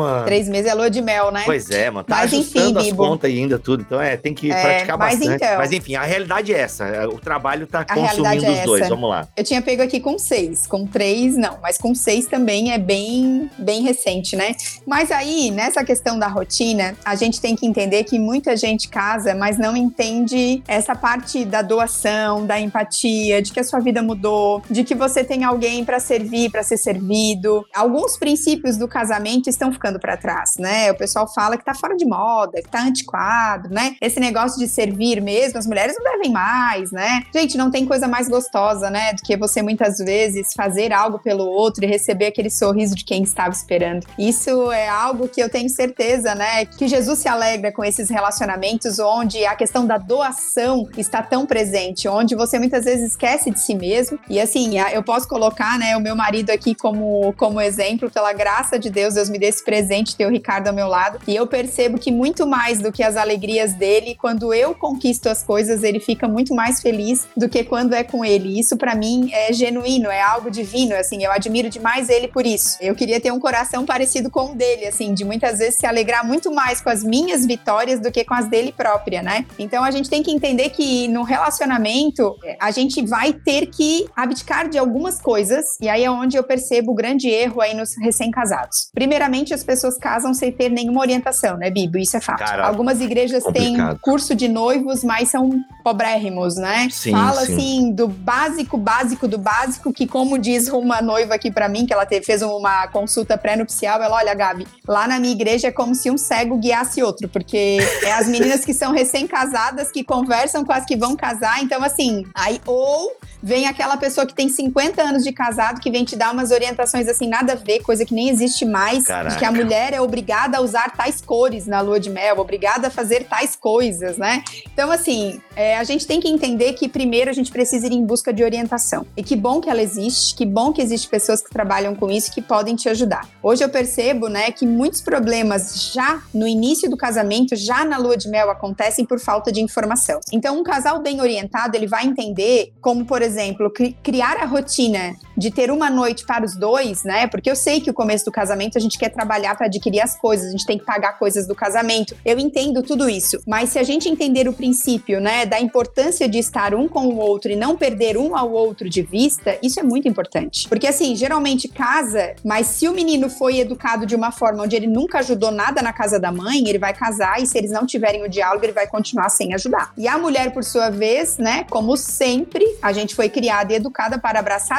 3 meses é lua de mel, né? Pois é, mano. Tá mas ajustando enfim, as contas ainda, tudo. Então, tem que praticar bastante. Então, mas, enfim, a realidade é essa. O trabalho tá consumindo os dois. Vamos lá. Eu tinha pego aqui com 6. Com 3, não. Mas com 6 também é bem recente, né? Mas aí, nessa questão da rotina, a gente tem que entender que muita gente casa, mas não entende essa parte da doação, da empatia, de que a sua vida mudou, de que você tem alguém para servir, para ser servido. Alguns princípios do casamento estão ficando para trás, né? O pessoal fala que tá fora de moda, que tá antiquado, né? Esse negócio de servir mesmo, as mulheres não devem mais, né? Gente, não tem coisa mais gostosa, né? Do que você muitas vezes fazer algo pelo outro e receber aquele sorriso de quem estava esperando. Isso é algo que eu tenho certeza, né? Que Jesus se alegra com esses relacionamentos onde a questão da doação está tão presente, onde você muitas vezes esquece de si mesmo. E assim, eu posso colocar, né, o meu marido aqui como exemplo, pela graça de Deus, Deus me dê esse presente, ter o Ricardo ao meu lado, e eu percebo que muito mais do que as alegrias dele, quando eu conquisto as coisas, ele fica muito mais feliz do que quando é com ele. Isso pra mim é genuíno, é algo divino, assim, eu admiro demais ele por isso. Eu queria ter um coração parecido com o dele, assim, de muitas vezes se alegrar muito mais com as minhas vitórias do que com as dele própria, né? Então a gente tem que entender que no relacionamento a gente vai ter que abdicar de algumas coisas, e aí é onde eu percebo o grande erro aí nos recém-casados. Primeiramente, as pessoas casam sem ter nenhuma orientação, né, Bibo? Isso é fato. Cara, algumas igrejas têm curso de noivos, mas são pobrérrimos, né? Sim, fala sim. Assim, do básico do básico, que como diz uma noiva aqui pra mim, que ela fez uma consulta pré-nupcial, ela, olha, Gabi, lá na minha igreja é como se um cego guiasse outro, porque é as meninas que são recém-casadas que conversam com as que vão casar, então assim, aí ou vem aquela pessoa que tem 50 anos de casado que vem te dar umas orientações assim, nada a ver, coisa que nem existe mais, de que a mulher é obrigada a usar tais cores na lua de mel, obrigada a fazer tais coisas, né? Então assim, a gente tem que entender que primeiro a gente precisa ir em busca de orientação. E que bom que ela existe, que bom que existem pessoas que trabalham com isso, que podem te ajudar. Hoje eu percebo, né, que muitos problemas já no início do casamento, já na lua de mel, acontecem por falta de informação. Então um casal bem orientado, ele vai entender como, por exemplo, criar a rotina de ter uma noite para os dois, né? Porque eu sei que o começo do casamento a gente quer trabalhar para adquirir as coisas, a gente tem que pagar coisas do casamento. Eu entendo tudo isso, mas se a gente entender o princípio, né, da importância de estar um com o outro e não perder um ao outro de vista, isso é muito importante. Porque assim, geralmente casa, mas se o menino foi educado de uma forma onde ele nunca ajudou nada na casa da mãe, ele vai casar e se eles não tiverem o diálogo, ele vai continuar sem ajudar. E a mulher, por sua vez, né, como sempre, a gente foi criada e educada para abraçar o mundo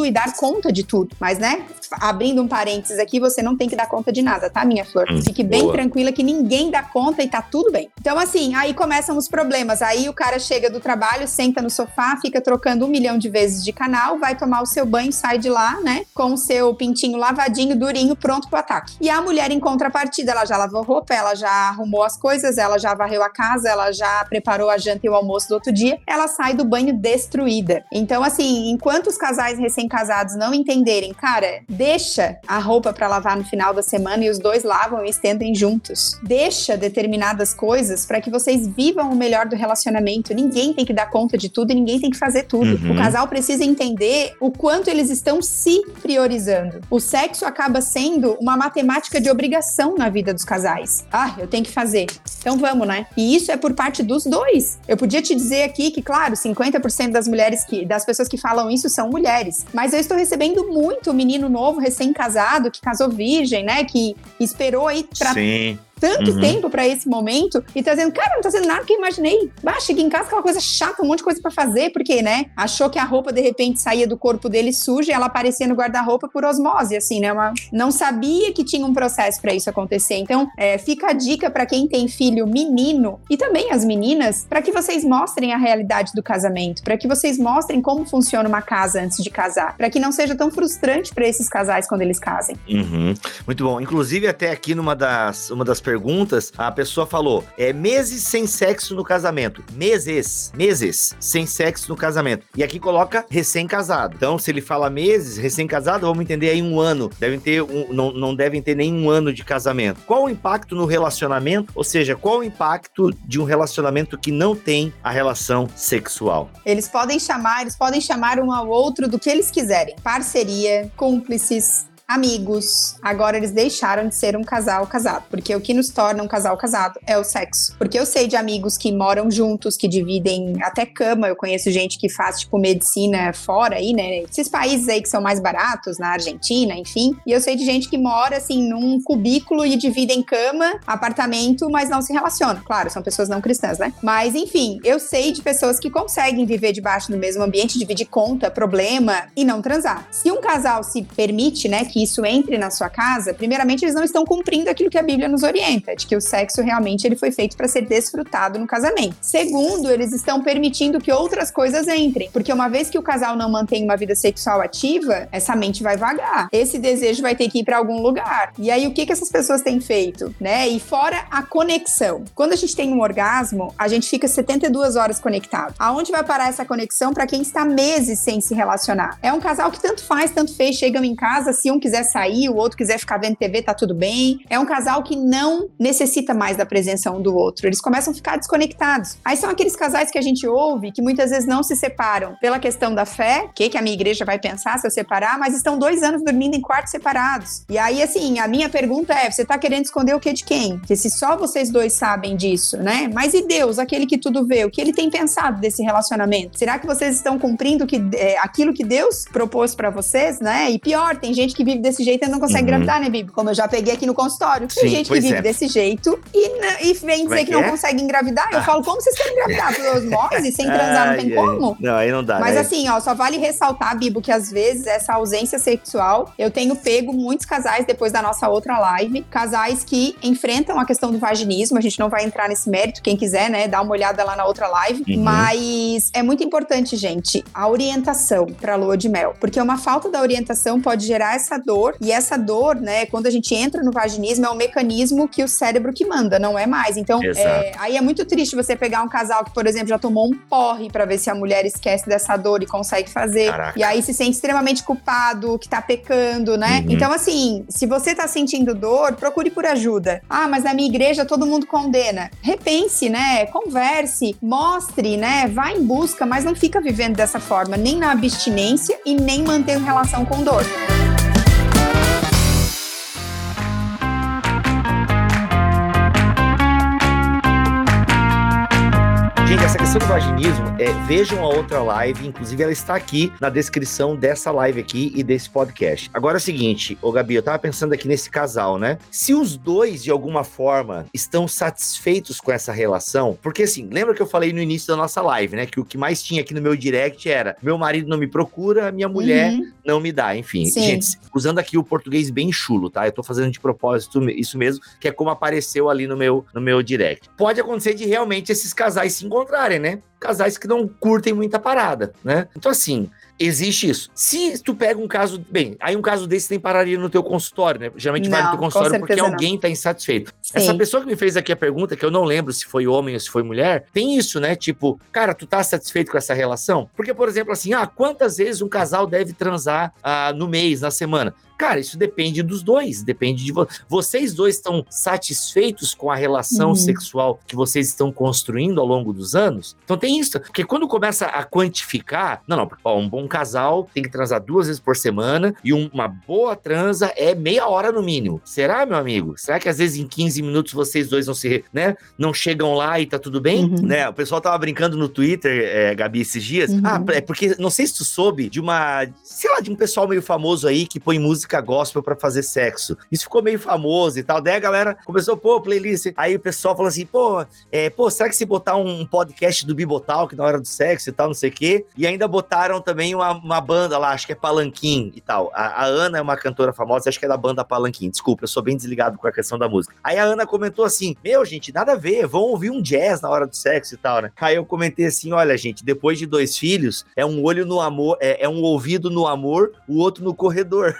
tudo e dar conta de tudo. Mas, né, abrindo um parênteses aqui, você não tem que dar conta de nada, tá, minha flor? Fique bem tranquila que ninguém dá conta e tá tudo bem. Então, assim, aí começam os problemas. Aí o cara chega do trabalho, senta no sofá, fica trocando 1 milhão de vezes de canal, vai tomar o seu banho, sai de lá, né, com o seu pintinho lavadinho, durinho, pronto pro ataque. E a mulher, em contrapartida, ela já lavou roupa, ela já arrumou as coisas, ela já varreu a casa, ela já preparou a janta e o almoço do outro dia, ela sai do banho destruída. Então, assim, enquanto os casais recém-casados não entenderem, cara, deixa a roupa pra lavar no final da semana e os dois lavam e estendem juntos. Deixa determinadas coisas pra que vocês vivam o melhor do relacionamento. Ninguém tem que dar conta de tudo e ninguém tem que fazer tudo. O casal precisa entender o quanto eles estão se priorizando. O sexo acaba sendo uma matemática de obrigação na vida dos casais. Ah, eu tenho que fazer. Então vamos, né? E isso é por parte dos dois. Eu podia te dizer aqui que, claro, 50% das pessoas que falam isso são mulheres. Mas eu estou recebendo muito menino novo, recém-casado, que casou virgem, né? Que esperou aí pra... Sim. Tanto tempo pra esse momento e tá dizendo, cara, não tá sendo nada que eu imaginei. Cheguei em casa, aquela coisa chata, um monte de coisa pra fazer, porque, né, achou que a roupa de repente saía do corpo dele suja e ela aparecia no guarda-roupa por osmose, assim, né, não sabia que tinha um processo pra isso acontecer. Então, fica a dica pra quem tem filho menino e também as meninas, pra que vocês mostrem a realidade do casamento, pra que vocês mostrem como funciona uma casa antes de casar, pra que não seja tão frustrante pra esses casais quando eles casem. Muito bom. Inclusive, até aqui numa das perguntas, a pessoa falou, meses sem sexo no casamento. Meses sem sexo no casamento. E aqui coloca recém-casado. Então, se ele fala meses, recém-casado, vamos entender aí 1 ano. Não devem ter nem 1 ano de casamento. Qual o impacto no relacionamento? Ou seja, qual o impacto de um relacionamento que não tem a relação sexual? Eles podem chamar um ao outro do que eles quiserem. Parceria, cúmplices, amigos. Agora eles deixaram de ser um casal casado, porque o que nos torna um casal casado é o sexo. Porque eu sei de amigos que moram juntos, que dividem até cama. Eu conheço gente que faz, tipo, medicina fora aí, né? Esses países aí que são mais baratos, na Argentina, enfim. E eu sei de gente que mora, assim, num cubículo e dividem cama, apartamento, mas não se relacionam. Claro, são pessoas não cristãs, né? Mas, enfim, eu sei de pessoas que conseguem viver debaixo do mesmo ambiente, dividir conta, problema e não transar. Se um casal se permite, né, que isso entre na sua casa, primeiramente eles não estão cumprindo aquilo que a Bíblia nos orienta, de que o sexo realmente ele foi feito para ser desfrutado no casamento. Segundo, eles estão permitindo que outras coisas entrem, porque uma vez que o casal não mantém uma vida sexual ativa, essa mente vai vagar. Esse desejo vai ter que ir para algum lugar. E aí o que essas pessoas têm feito, né? E fora a conexão. Quando a gente tem um orgasmo, a gente fica 72 horas conectado. Aonde vai parar essa conexão para quem está meses sem se relacionar? É um casal que tanto faz, tanto fez, chegam em casa, se um quiser sair, o outro quiser ficar vendo TV, tá tudo bem. É um casal que não necessita mais da presença um do outro. Eles começam a ficar desconectados. Aí são aqueles casais que a gente ouve, que muitas vezes não se separam pela questão da fé, o que a minha igreja vai pensar se eu separar, mas estão 2 anos dormindo em quartos separados. E aí, assim, a minha pergunta é, você tá querendo esconder o que de quem? Porque se só vocês dois sabem disso, né? Mas e Deus, aquele que tudo vê, o que ele tem pensado desse relacionamento? Será que vocês estão cumprindo aquilo que Deus propôs pra vocês, né? E pior, tem gente que vive desse jeito e não consegue engravidar, né, Bibi? Como eu já peguei aqui no consultório. Tem gente que vive desse jeito e vem dizer que não consegue engravidar. Eu falo, como vocês querem engravidar? Por osmose? Sem transar não tem como? Não, aí não dá. Mas assim, ó, só vale ressaltar, Bibo, que às vezes essa ausência sexual, eu tenho pego muitos casais depois da nossa outra live, casais que enfrentam a questão do vaginismo. A gente não vai entrar nesse mérito, quem quiser, né, dá uma olhada lá na outra live. Mas é muito importante, gente, a orientação pra lua de mel. Porque uma falta da orientação pode gerar essa dor, e essa dor, né, quando a gente entra no vaginismo, é um mecanismo que o cérebro que manda, não é mais. Então, aí é muito triste você pegar um casal que, por exemplo, já tomou um porre pra ver se a mulher esquece dessa dor e consegue fazer. Caraca. E aí se sente extremamente culpado, que tá pecando, né? Então, assim, se você tá sentindo dor, procure por ajuda. Ah, mas na minha igreja todo mundo condena. Repense, né? Converse, mostre, né? Vá em busca, mas não fica vivendo dessa forma, nem na abstinência e nem mantendo relação com dor. Gente, essa questão do vaginismo, vejam a outra live, inclusive ela está aqui na descrição dessa live aqui e desse podcast. Agora é o seguinte, ô Gabi, eu tava pensando aqui nesse casal, né? Se os dois, de alguma forma, estão satisfeitos com essa relação, porque assim, lembra que eu falei no início da nossa live, né? Que o que mais tinha aqui no meu direct era, meu marido não me procura, minha mulher não me dá, enfim. Sim. Gente, usando aqui o português bem chulo, tá? Eu tô fazendo de propósito isso mesmo, que é como apareceu ali no meu direct. Pode acontecer de realmente esses casais se encontrarem, né? Casais que não curtem muita parada, né? Então, assim, existe isso. Se tu pega um caso... Bem, aí um caso desse nem pararia no teu consultório, né? Geralmente vai no teu consultório porque alguém tá insatisfeito. Sim. Essa pessoa que me fez aqui a pergunta, que eu não lembro se foi homem ou se foi mulher, tem isso, né? Tipo, cara, tu tá satisfeito com essa relação? Porque, por exemplo, assim, quantas vezes um casal deve transar no mês, na semana? Cara, isso depende dos dois, depende de vocês dois estão satisfeitos com a relação sexual que vocês estão construindo ao longo dos anos? Então tem isso, porque quando começa a quantificar, um bom casal tem que transar 2 vezes por semana e uma boa transa é meia hora no mínimo. Será, meu amigo? Será que às vezes em 15 minutos vocês dois não chegam lá e tá tudo bem? Né? O pessoal tava brincando no Twitter, Gabi, esses dias. É porque, não sei se tu soube de um pessoal meio famoso aí que põe música gospel pra fazer sexo. Isso ficou meio famoso e tal. Daí a galera começou, playlist. Aí o pessoal falou assim, será que se botar um podcast do Bibotalk na hora do sexo e tal, não sei o quê? E ainda botaram também uma banda lá, acho que é Palanquim e tal. A Ana é uma cantora famosa, acho que é da banda Palanquim. Desculpa, eu sou bem desligado com a questão da música. Aí a Ana comentou assim, gente, nada a ver, vão ouvir um jazz na hora do sexo e tal, né? Aí eu comentei assim, olha, gente, depois de 2 filhos, é um olho no amor, é um ouvido no amor, o outro no corredor.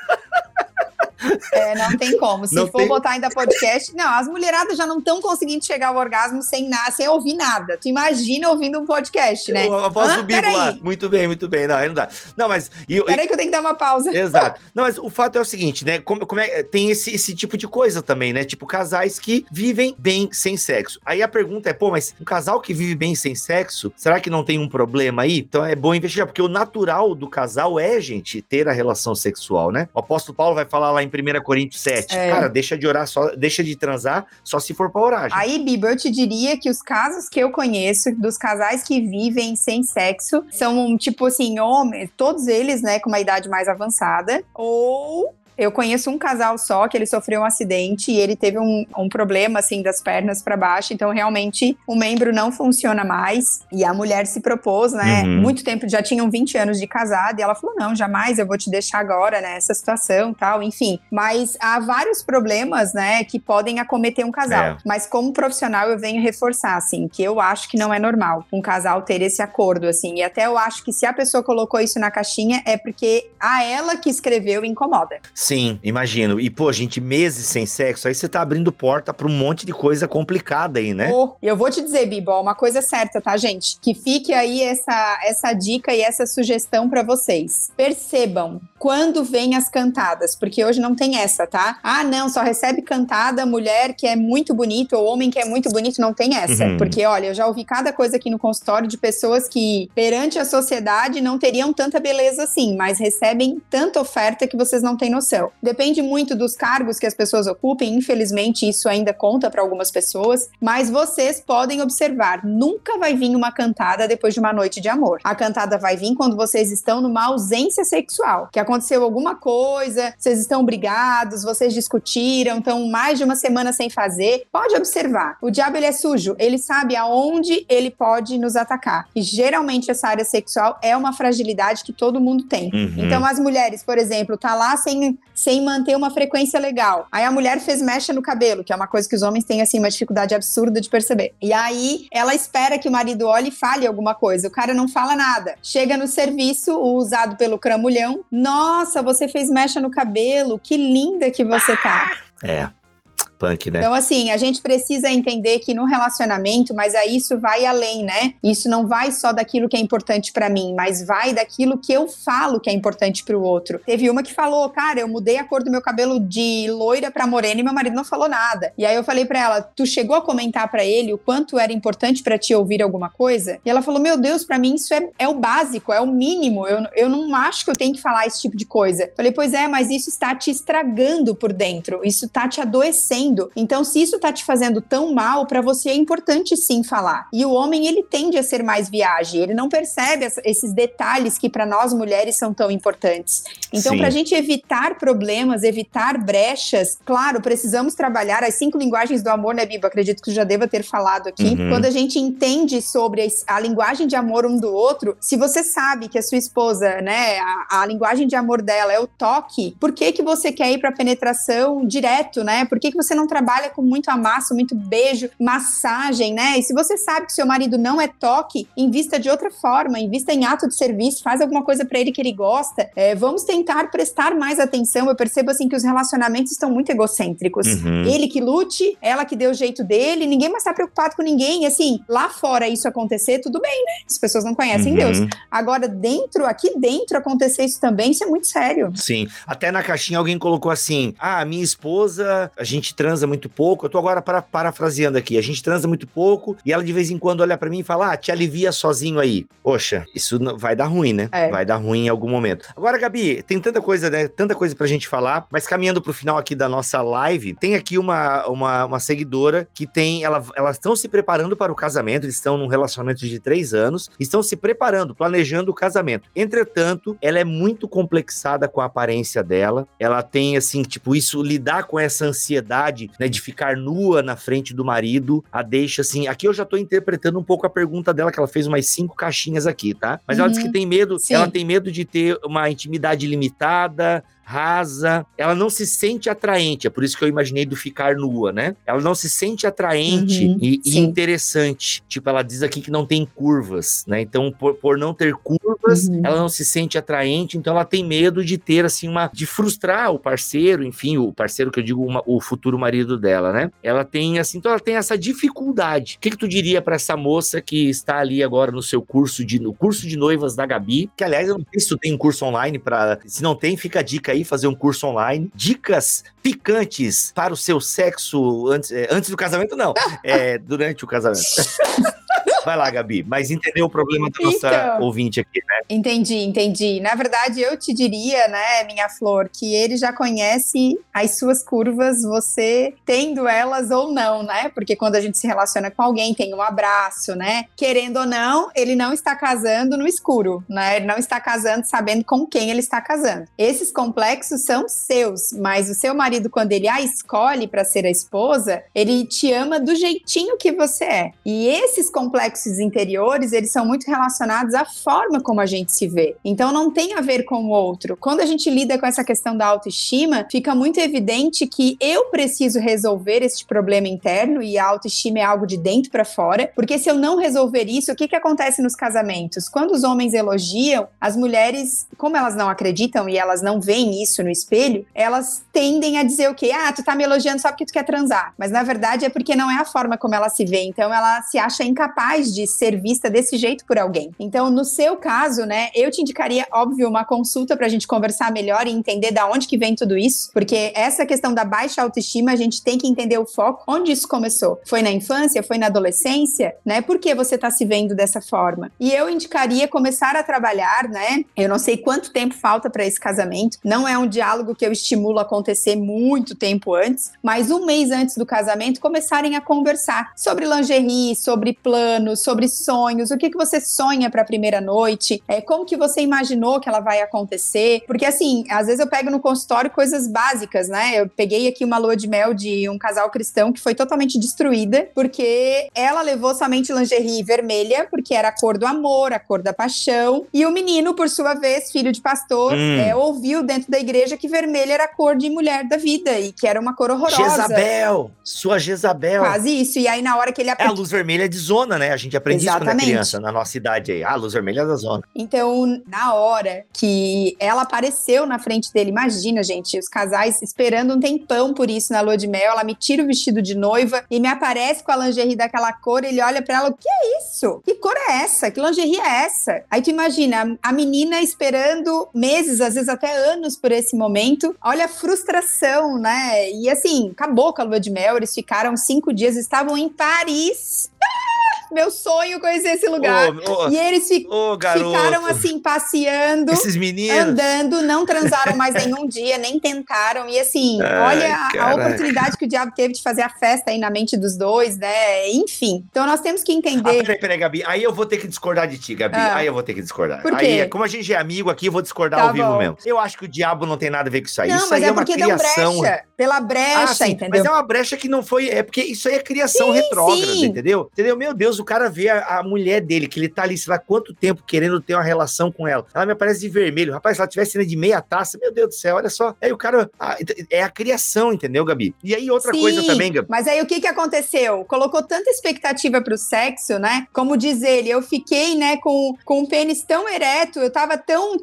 Não tem como. Se for botar ainda podcast, as mulheradas já não estão conseguindo chegar ao orgasmo sem ouvir nada. Tu imagina ouvindo um podcast, né? A voz do Bibo lá. Muito bem. Não, aí não dá. Não, mas... Peraí que eu tenho que dar uma pausa. Exato. Não, mas o fato é o seguinte, né? Tem esse tipo de coisa também, né? Tipo, casais que vivem bem sem sexo. Aí a pergunta é, mas um casal que vive bem sem sexo, será que não tem um problema aí? Então é bom investigar, porque o natural do casal é, gente, ter a relação sexual, né? O apóstolo Paulo vai falar lá em 1 Coríntios 7. Cara, deixa de orar, deixa de transar, só se for pra orar, gente. Aí, Bibo, eu te diria que os casos que eu conheço, dos casais que vivem sem sexo, são, tipo assim, homens, todos eles, né, com uma idade mais avançada, ou... Eu conheço um casal só que ele sofreu um acidente e ele teve um problema, assim, das pernas pra baixo, então realmente o membro não funciona mais e a mulher se propôs, né, muito tempo, já tinham 20 anos de casada e ela falou, não, jamais eu vou te deixar agora nessa situação, tal, enfim, mas há vários problemas, né, que podem acometer um casal, mas como profissional eu venho reforçar, assim, que eu acho que não é normal um casal ter esse acordo, assim, e até eu acho que se a pessoa colocou isso na caixinha é porque a ela que escreveu incomoda. Sim, imagino. E, gente, meses sem sexo, aí você tá abrindo porta pra um monte de coisa complicada aí, né? Eu vou te dizer, Bibo, uma coisa certa, tá, gente? Que fique aí essa dica e essa sugestão pra vocês. Percebam quando vem as cantadas, porque hoje não tem essa, tá? Não, só recebe cantada mulher que é muito bonito ou homem que é muito bonito, não tem essa. Porque, olha, eu já ouvi cada coisa aqui no consultório de pessoas que, perante a sociedade, não teriam tanta beleza assim, mas recebem tanta oferta que vocês não têm noção. Depende muito dos cargos que as pessoas ocupem, infelizmente isso ainda conta para algumas pessoas, mas vocês podem observar, nunca vai vir uma cantada depois de uma noite de amor. A cantada vai vir quando vocês estão numa ausência sexual, que aconteceu alguma coisa, vocês estão brigados, vocês discutiram, estão mais de uma semana sem fazer. Pode observar, o diabo ele é sujo, ele sabe aonde ele pode nos atacar, e geralmente essa área sexual é uma fragilidade que todo mundo tem. Então as mulheres, por exemplo, tá lá sem manter uma frequência legal. Aí a mulher fez mecha no cabelo, que é uma coisa que os homens têm, assim, uma dificuldade absurda de perceber. E aí, ela espera que o marido olhe e fale alguma coisa. O cara não fala nada. Chega no serviço, o usado pelo cramulhão. Nossa, você fez mecha no cabelo. Que linda que você tá. Punk, né? Então, assim, a gente precisa entender que no relacionamento, mas aí isso vai além, né? Isso não vai só daquilo que é importante pra mim, mas vai daquilo que eu falo que é importante pro outro. Teve uma que falou, cara, eu mudei a cor do meu cabelo de loira pra morena e meu marido não falou nada. E aí eu falei pra ela, tu chegou a comentar pra ele o quanto era importante pra ti ouvir alguma coisa? E ela falou, meu Deus, pra mim isso é o básico, é o mínimo. Eu não acho que eu tenho que falar esse tipo de coisa. Falei, pois é, mas isso está te estragando por dentro. Isso tá te adoecendo. fazendo. Então, se isso tá te fazendo tão mal, pra você é importante sim falar. E o homem, ele tende a ser mais viagem, ele não percebe esses detalhes que pra nós mulheres são tão importantes. Então, pra gente evitar problemas, evitar brechas, claro, precisamos trabalhar as 5 linguagens do amor, né, Biba? Acredito que eu já deva ter falado aqui. Quando a gente entende sobre a linguagem de amor um do outro, se você sabe que a sua esposa, né, a linguagem de amor dela é o toque, por que você quer ir pra penetração direto, né? Por que você não trabalha com muito amasso, muito beijo, massagem, né? E se você sabe que seu marido não é toque, invista de outra forma, invista em ato de serviço, faz alguma coisa pra ele que ele gosta. Vamos tentar prestar mais atenção. Eu percebo, assim, que os relacionamentos estão muito egocêntricos. Ele que lute, ela que dê o jeito dele, ninguém mais tá preocupado com ninguém. E, assim, lá fora isso acontecer, tudo bem, né? As pessoas não conhecem Deus. Agora, aqui dentro acontecer isso também, isso é muito sério. Sim. Até na caixinha alguém colocou assim, minha esposa, a gente transa muito pouco, eu tô agora parafraseando aqui, a gente transa muito pouco, e ela de vez em quando olha pra mim e fala, te alivia sozinho aí. Poxa, isso vai dar ruim, né? Vai dar ruim em algum momento. Agora, Gabi, tem tanta coisa, né? Tanta coisa pra gente falar, mas caminhando pro final aqui da nossa live, tem aqui uma seguidora que elas estão se preparando para o casamento, eles estão num relacionamento de 3 anos, estão se preparando, planejando o casamento. Entretanto, ela é muito complexada com a aparência dela, ela tem, assim, tipo, lidar com essa ansiedade, né, de ficar nua na frente do marido, a deixa, assim, aqui eu já tô interpretando um pouco a pergunta dela, que ela fez umas 5 caixinhas aqui, tá? Mas ela diz que tem medo, ela tem medo de ter uma intimidade limitada, rasa, ela não se sente atraente, é por isso que eu imaginei do ficar nua, né? Ela não se sente atraente e interessante, tipo, ela diz aqui que não tem curvas, né? Então, por não ter curvas, ela não se sente atraente, então ela tem medo de ter, assim, de frustrar o parceiro, enfim, o parceiro que eu digo, o futuro marido dela, né? Ela tem, assim, então ela tem essa dificuldade. O que tu diria pra essa moça que está ali agora no seu curso de noivas da Gabi, que, aliás, eu não sei se tu tem um curso online se não tem, fica a dica aí, fazer um curso online, dicas picantes para o seu sexo antes do casamento, não, durante o casamento. Vai lá, Gabi, mas entendeu o problema da nossa ouvinte aqui, né? Entendi. Na verdade, eu te diria, né, minha flor, que ele já conhece as suas curvas, você tendo elas ou não, né? Porque quando a gente se relaciona com alguém, tem um abraço, né? Querendo ou não, ele não está casando no escuro, né? Ele não está casando sabendo com quem ele está casando. Esses complexos são seus, mas o seu marido, quando ele a escolhe para ser a esposa, ele te ama do jeitinho que você é. E esses complexos interiores, eles são muito relacionados à forma como a gente se vê. Então, não tem a ver com o outro. Quando a gente lida com essa questão da autoestima, fica muito evidente que eu preciso resolver este problema interno, e a autoestima é algo de dentro para fora, porque se eu não resolver isso, o que acontece nos casamentos? Quando os homens elogiam, as mulheres, como elas não acreditam e elas não veem isso no espelho, elas tendem a dizer o quê? Tu tá me elogiando só porque tu quer transar. Mas, na verdade, é porque não é a forma como ela se vê. Então, ela se acha incapaz de ser vista desse jeito por alguém. Então, no seu caso, né, eu te indicaria, óbvio, uma consulta pra gente conversar melhor e entender da onde que vem tudo isso, porque essa questão da baixa autoestima, a gente tem que entender o foco, onde isso começou. Foi na infância? Foi na adolescência? Né? Por que você tá se vendo dessa forma? E eu indicaria começar a trabalhar, né? Eu não sei quanto tempo falta pra esse casamento, não é um diálogo que eu estimulo a acontecer muito tempo antes, mas 1 mês antes do casamento, começarem a conversar sobre lingerie, sobre planos, sobre sonhos, o que você sonha para a primeira noite, como que você imaginou que ela vai acontecer, porque assim, às vezes eu pego no consultório coisas básicas, né, eu peguei aqui uma lua de mel de um casal cristão que foi totalmente destruída, porque ela levou somente lingerie vermelha, porque era a cor do amor, a cor da paixão, e o menino, por sua vez, filho de pastor, ouviu dentro da igreja que vermelho era a cor de mulher da vida, e que era uma cor horrorosa. Jezabel! Sua Jezabel! Quase isso, e aí na hora que ele... a luz vermelha é de zona, né? A gente aprende isso quando é criança, na nossa idade aí. A luz vermelha é da zona. Então, na hora que ela apareceu na frente dele, imagina, gente, os casais esperando um tempão por isso na lua de mel, ela me tira o vestido de noiva e me aparece com a lingerie daquela cor, ele olha pra ela, o que é isso? Que cor é essa? Que lingerie é essa? Aí tu imagina, a menina esperando meses, às vezes até anos por esse momento, olha a frustração, né? E assim, acabou com a lua de mel, eles ficaram 5 dias, estavam em Paris. Meu sonho conhecer esse lugar. E eles ficaram assim, passeando, esses meninos, andando, não transaram mais nenhum dia, nem tentaram. E assim, olha a oportunidade que o diabo teve de fazer a festa aí na mente dos dois, né? Enfim. Então nós temos que entender. Peraí, Gabi. Aí eu vou ter que discordar de ti, Gabi. Aí eu vou ter que discordar. Por quê? Aí, como a gente é amigo aqui, eu vou discordar ao vivo mesmo. Eu acho que o diabo não tem nada a ver com isso aí. Não, isso mas aí é uma porque criação. Deu brecha. Pela brecha, entendeu? Mas é uma brecha que não foi. É porque isso aí é criação retrógrada, entendeu? Meu Deus, o cara vê a mulher dele, que ele tá ali, sei lá quanto tempo querendo ter uma relação com ela. Ela me aparece de vermelho. Rapaz, se ela tivesse de meia taça, meu Deus do céu, olha só. Aí o cara. É a criação, entendeu, Gabi? E aí outra coisa também, Gabi. Mas aí o que aconteceu? Colocou tanta expectativa pro sexo, né? Como diz ele, eu fiquei, né, com um pênis tão ereto, eu tava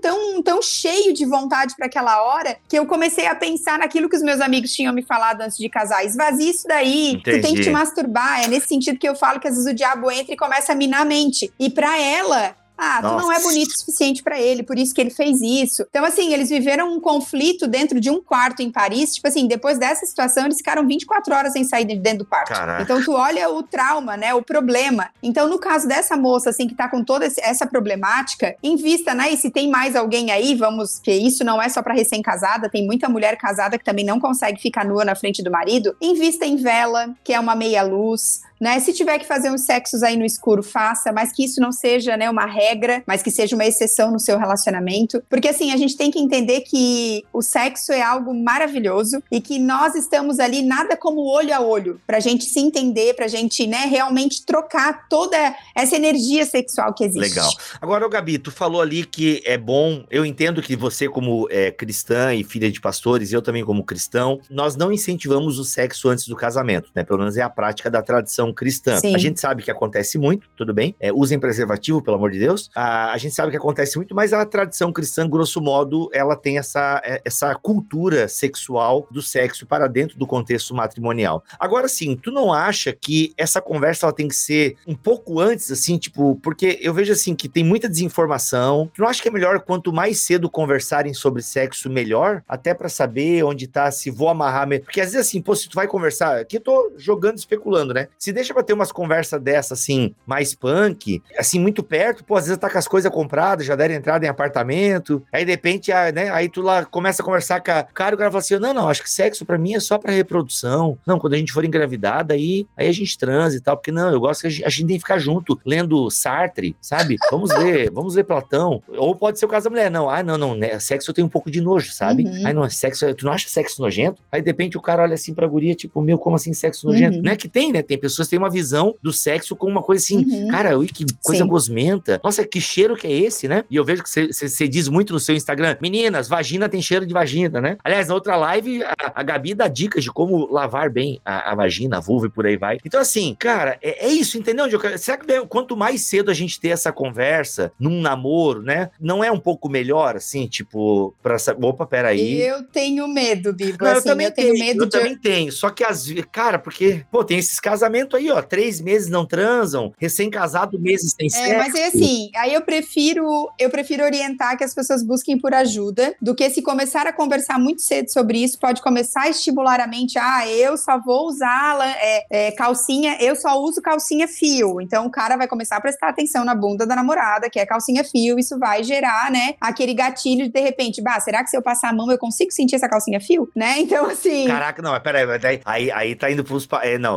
tão cheio de vontade pra aquela hora, que eu comecei a pensar naquilo que os meus amigos tinham me falado antes de casar. Esvazia isso daí. Entendi. Tu tem que te masturbar. É nesse sentido que eu falo que às vezes o diabo entra e começa a minar a mente. E pra ela... tu não é bonito o suficiente pra ele, por isso que ele fez isso. Então, assim, eles viveram um conflito dentro de um quarto em Paris. Tipo assim, depois dessa situação, eles ficaram 24 horas sem sair de dentro do quarto. Caraca. Então, tu olha o trauma, né, o problema. Então, no caso dessa moça, assim, que tá com toda essa problemática, invista, né, e se tem mais alguém aí, que isso não é só pra recém-casada, tem muita mulher casada que também não consegue ficar nua na frente do marido, invista em vela, que é uma meia-luz, né? Se tiver que fazer uns sexos aí no escuro, faça, mas que isso não seja, né, uma regra, mas que seja uma exceção no seu relacionamento. Porque, assim, a gente tem que entender que o sexo é algo maravilhoso e que nós estamos ali nada como olho a olho, pra gente se entender, pra gente, né, realmente trocar toda essa energia sexual que existe. Legal. Agora, Gabi, tu falou ali que é bom, eu entendo que você como cristã e filha de pastores, eu também como cristão, nós não incentivamos o sexo antes do casamento, né? Pelo menos é a prática da tradição cristã. Sim. A gente sabe que acontece muito, tudo bem? Usem preservativo, pelo amor de Deus. A gente sabe que acontece muito, mas a tradição cristã, grosso modo, ela tem essa cultura sexual do sexo para dentro do contexto matrimonial. Agora, sim, tu não acha que essa conversa ela tem que ser um pouco antes, assim, tipo, porque eu vejo, assim, que tem muita desinformação. Tu não acha que é melhor quanto mais cedo conversarem sobre sexo, melhor? Até pra saber onde tá, se vou amarrar mesmo. Porque às vezes, assim, pô, se tu vai conversar, aqui eu tô jogando, especulando, né? Se deixa pra ter umas conversas dessas, assim, mais punk, assim, muito perto, pô, às vezes tá com as coisas compradas, já deram entrada em apartamento, aí de repente, né, aí tu lá começa a conversar com o cara fala assim, não, acho que sexo pra mim é só pra reprodução, não, quando a gente for engravidada, aí a gente transa e tal, porque não, eu gosto que a gente tem que ficar junto, lendo Sartre, sabe? Vamos ler Platão, ou pode ser o caso da mulher, não, né, sexo eu tenho um pouco de nojo, sabe? Aí não, sexo, tu não acha sexo nojento? Aí de repente o cara olha assim pra guria, tipo, meu, como assim sexo nojento? Não é que tem, né, tem pessoas que têm uma visão do sexo como uma coisa assim, cara, ui, que coisa gosmenta, nossa, que cheiro que é esse, né? E eu vejo que você diz muito no seu Instagram, meninas, vagina tem cheiro de vagina, né? Aliás, na outra live, a Gabi dá dicas de como lavar bem a vagina, a vulva e por aí vai. Então, assim, cara, é isso, entendeu? Será que quanto mais cedo a gente ter essa conversa num namoro, né? Não é um pouco melhor, assim, tipo, pra saber, opa, peraí. Eu tenho medo, Bibo. Não, assim, eu tenho medo eu também tenho, só que às vezes, cara, porque, pô, tem esses casamentos aí, ó, 3 meses não transam, recém-casado meses sem sexo. Mas é assim, aí eu prefiro orientar que as pessoas busquem por ajuda, do que se começar a conversar muito cedo sobre isso, pode começar a estimular a mente, eu só vou usar calcinha, eu só uso calcinha fio, então o cara vai começar a prestar atenção na bunda da namorada, que é calcinha fio, isso vai gerar, né, aquele gatilho de repente, será que se eu passar a mão eu consigo sentir essa calcinha fio, né, então assim... Caraca, não, mas peraí, aí tá indo pros...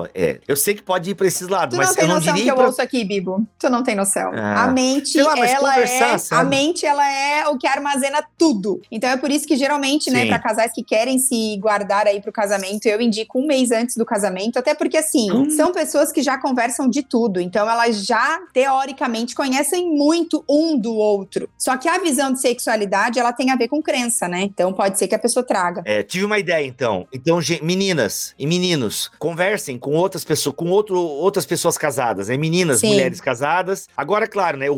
eu sei que pode ir pra esses lados, mas eu não diria... Tu não tem noção que eu ouço aqui, Bibo, tu não tem noção. A mente, ela é o que armazena tudo. Então é por isso que geralmente, né, pra casais que querem se guardar aí pro casamento, eu indico 1 mês antes do casamento, até porque assim, são pessoas que já conversam de tudo, então elas já, teoricamente, conhecem muito um do outro. Só que a visão de sexualidade, ela tem a ver com crença, né? Então pode ser que a pessoa traga. Tive uma ideia, então. Então, meninas e meninos, conversem com outras pessoas, outras pessoas casadas, né? Meninas, mulheres casadas. Agora, claro, né? O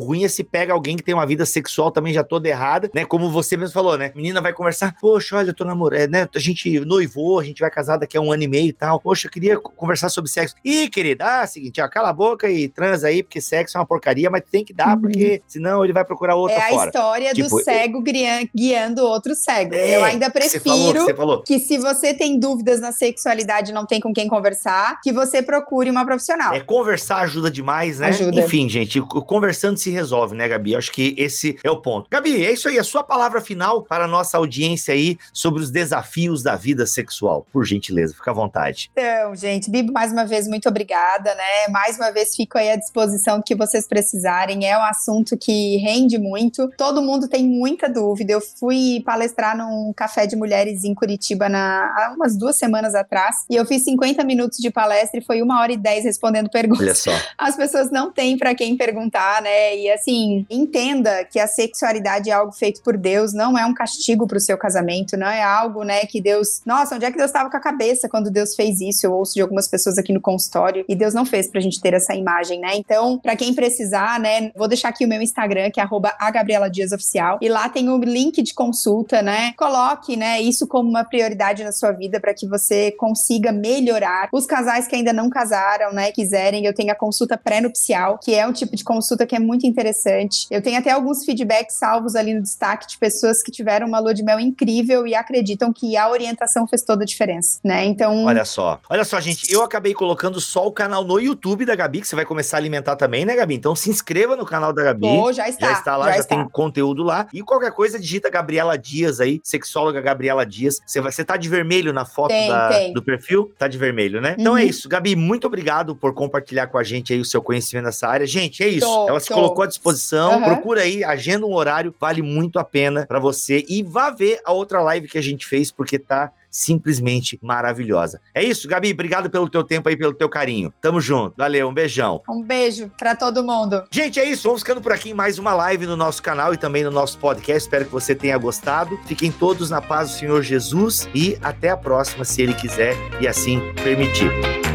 ruim é se pega alguém que tem uma vida sexual também já toda errada, né? Como você mesmo falou, né? Menina vai conversar, poxa, olha, eu tô namorando, né? A gente noivou, a gente vai casar daqui a 1 ano e meio e tal. Poxa, eu queria conversar sobre sexo. Ih, querida, seguinte, ó, cala a boca e transa aí, porque sexo é uma porcaria, mas tem que dar, porque senão ele vai procurar outra fora. É a história do cego guiando outro cego. Eu ainda prefiro que se você tem dúvidas na sexualidade e não tem com quem conversar, que você procure uma profissional. Conversar ajuda demais, né? Ajuda. Enfim, gente, conversando se resolve, né, Gabi? Eu acho que esse é o ponto. Gabi, é isso aí, a sua palavra final para a nossa audiência aí sobre os desafios da vida sexual. Por gentileza, fica à vontade. Então, gente, Bibo, mais uma vez, muito obrigada, né? Mais uma vez, fico aí à disposição do que vocês precisarem. É um assunto que rende muito. Todo mundo tem muita dúvida. Eu fui palestrar num café de mulheres em Curitiba há umas 2 semanas atrás e eu fiz 50 minutos de palestra e foi 1h10 respondendo perguntas. Olha só. As pessoas não têm pra quem perguntar, né? E assim, entenda que a sexualidade é algo feito por Deus, não é um castigo pro seu casamento, não é algo, né, que Deus... Nossa, onde é que Deus estava com a cabeça quando Deus fez isso? Eu ouço de algumas pessoas aqui no consultório e Deus não fez pra gente ter essa imagem, né? Então, pra quem precisar, né, vou deixar aqui o meu Instagram, que é @agabrieladiasoficial, e lá tem o link de consulta, né? Coloque, né, isso como uma prioridade na sua vida para que você consiga melhorar. Os casais que ainda não casaram, né, quiserem, eu tenho a consulta pré-nupcial, que é um tipo de consulta que é muito interessante. Eu tenho até alguns feedbacks salvos ali no destaque de pessoas que tiveram uma lua de mel incrível e acreditam que a orientação fez toda a diferença, né? Então... Olha só, gente, eu acabei colocando só o canal no YouTube da Gabi, que você vai começar a alimentar também, né, Gabi? Então se inscreva no canal da Gabi. Já está lá, já tem conteúdo lá. E qualquer coisa, digita Gabriela Dias aí, sexóloga Gabriela Dias. Você tá de vermelho na foto do perfil? Tá de vermelho, né? Então é isso. Gabi, muito obrigado por compartilhar com a gente aí o seu conhecimento nessa área. Gente, é isso. Ela se colocou à disposição. Procura aí, agenda um horário, vale muito a pena pra você. E vá ver a outra live que a gente fez, porque tá simplesmente maravilhosa. É isso, Gabi, obrigado pelo teu tempo aí, pelo teu carinho. Tamo junto. Valeu, um beijão. Um beijo pra todo mundo. Gente, é isso. Vamos ficando por aqui em mais uma live no nosso canal e também no nosso podcast. Espero que você tenha gostado. Fiquem todos na paz do Senhor Jesus e até a próxima, se Ele quiser e assim permitir.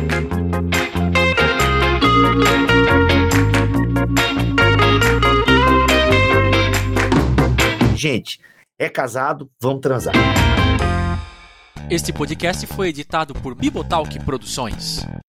Gente, é casado, vamos transar. Este podcast foi editado por Bibotalk Produções.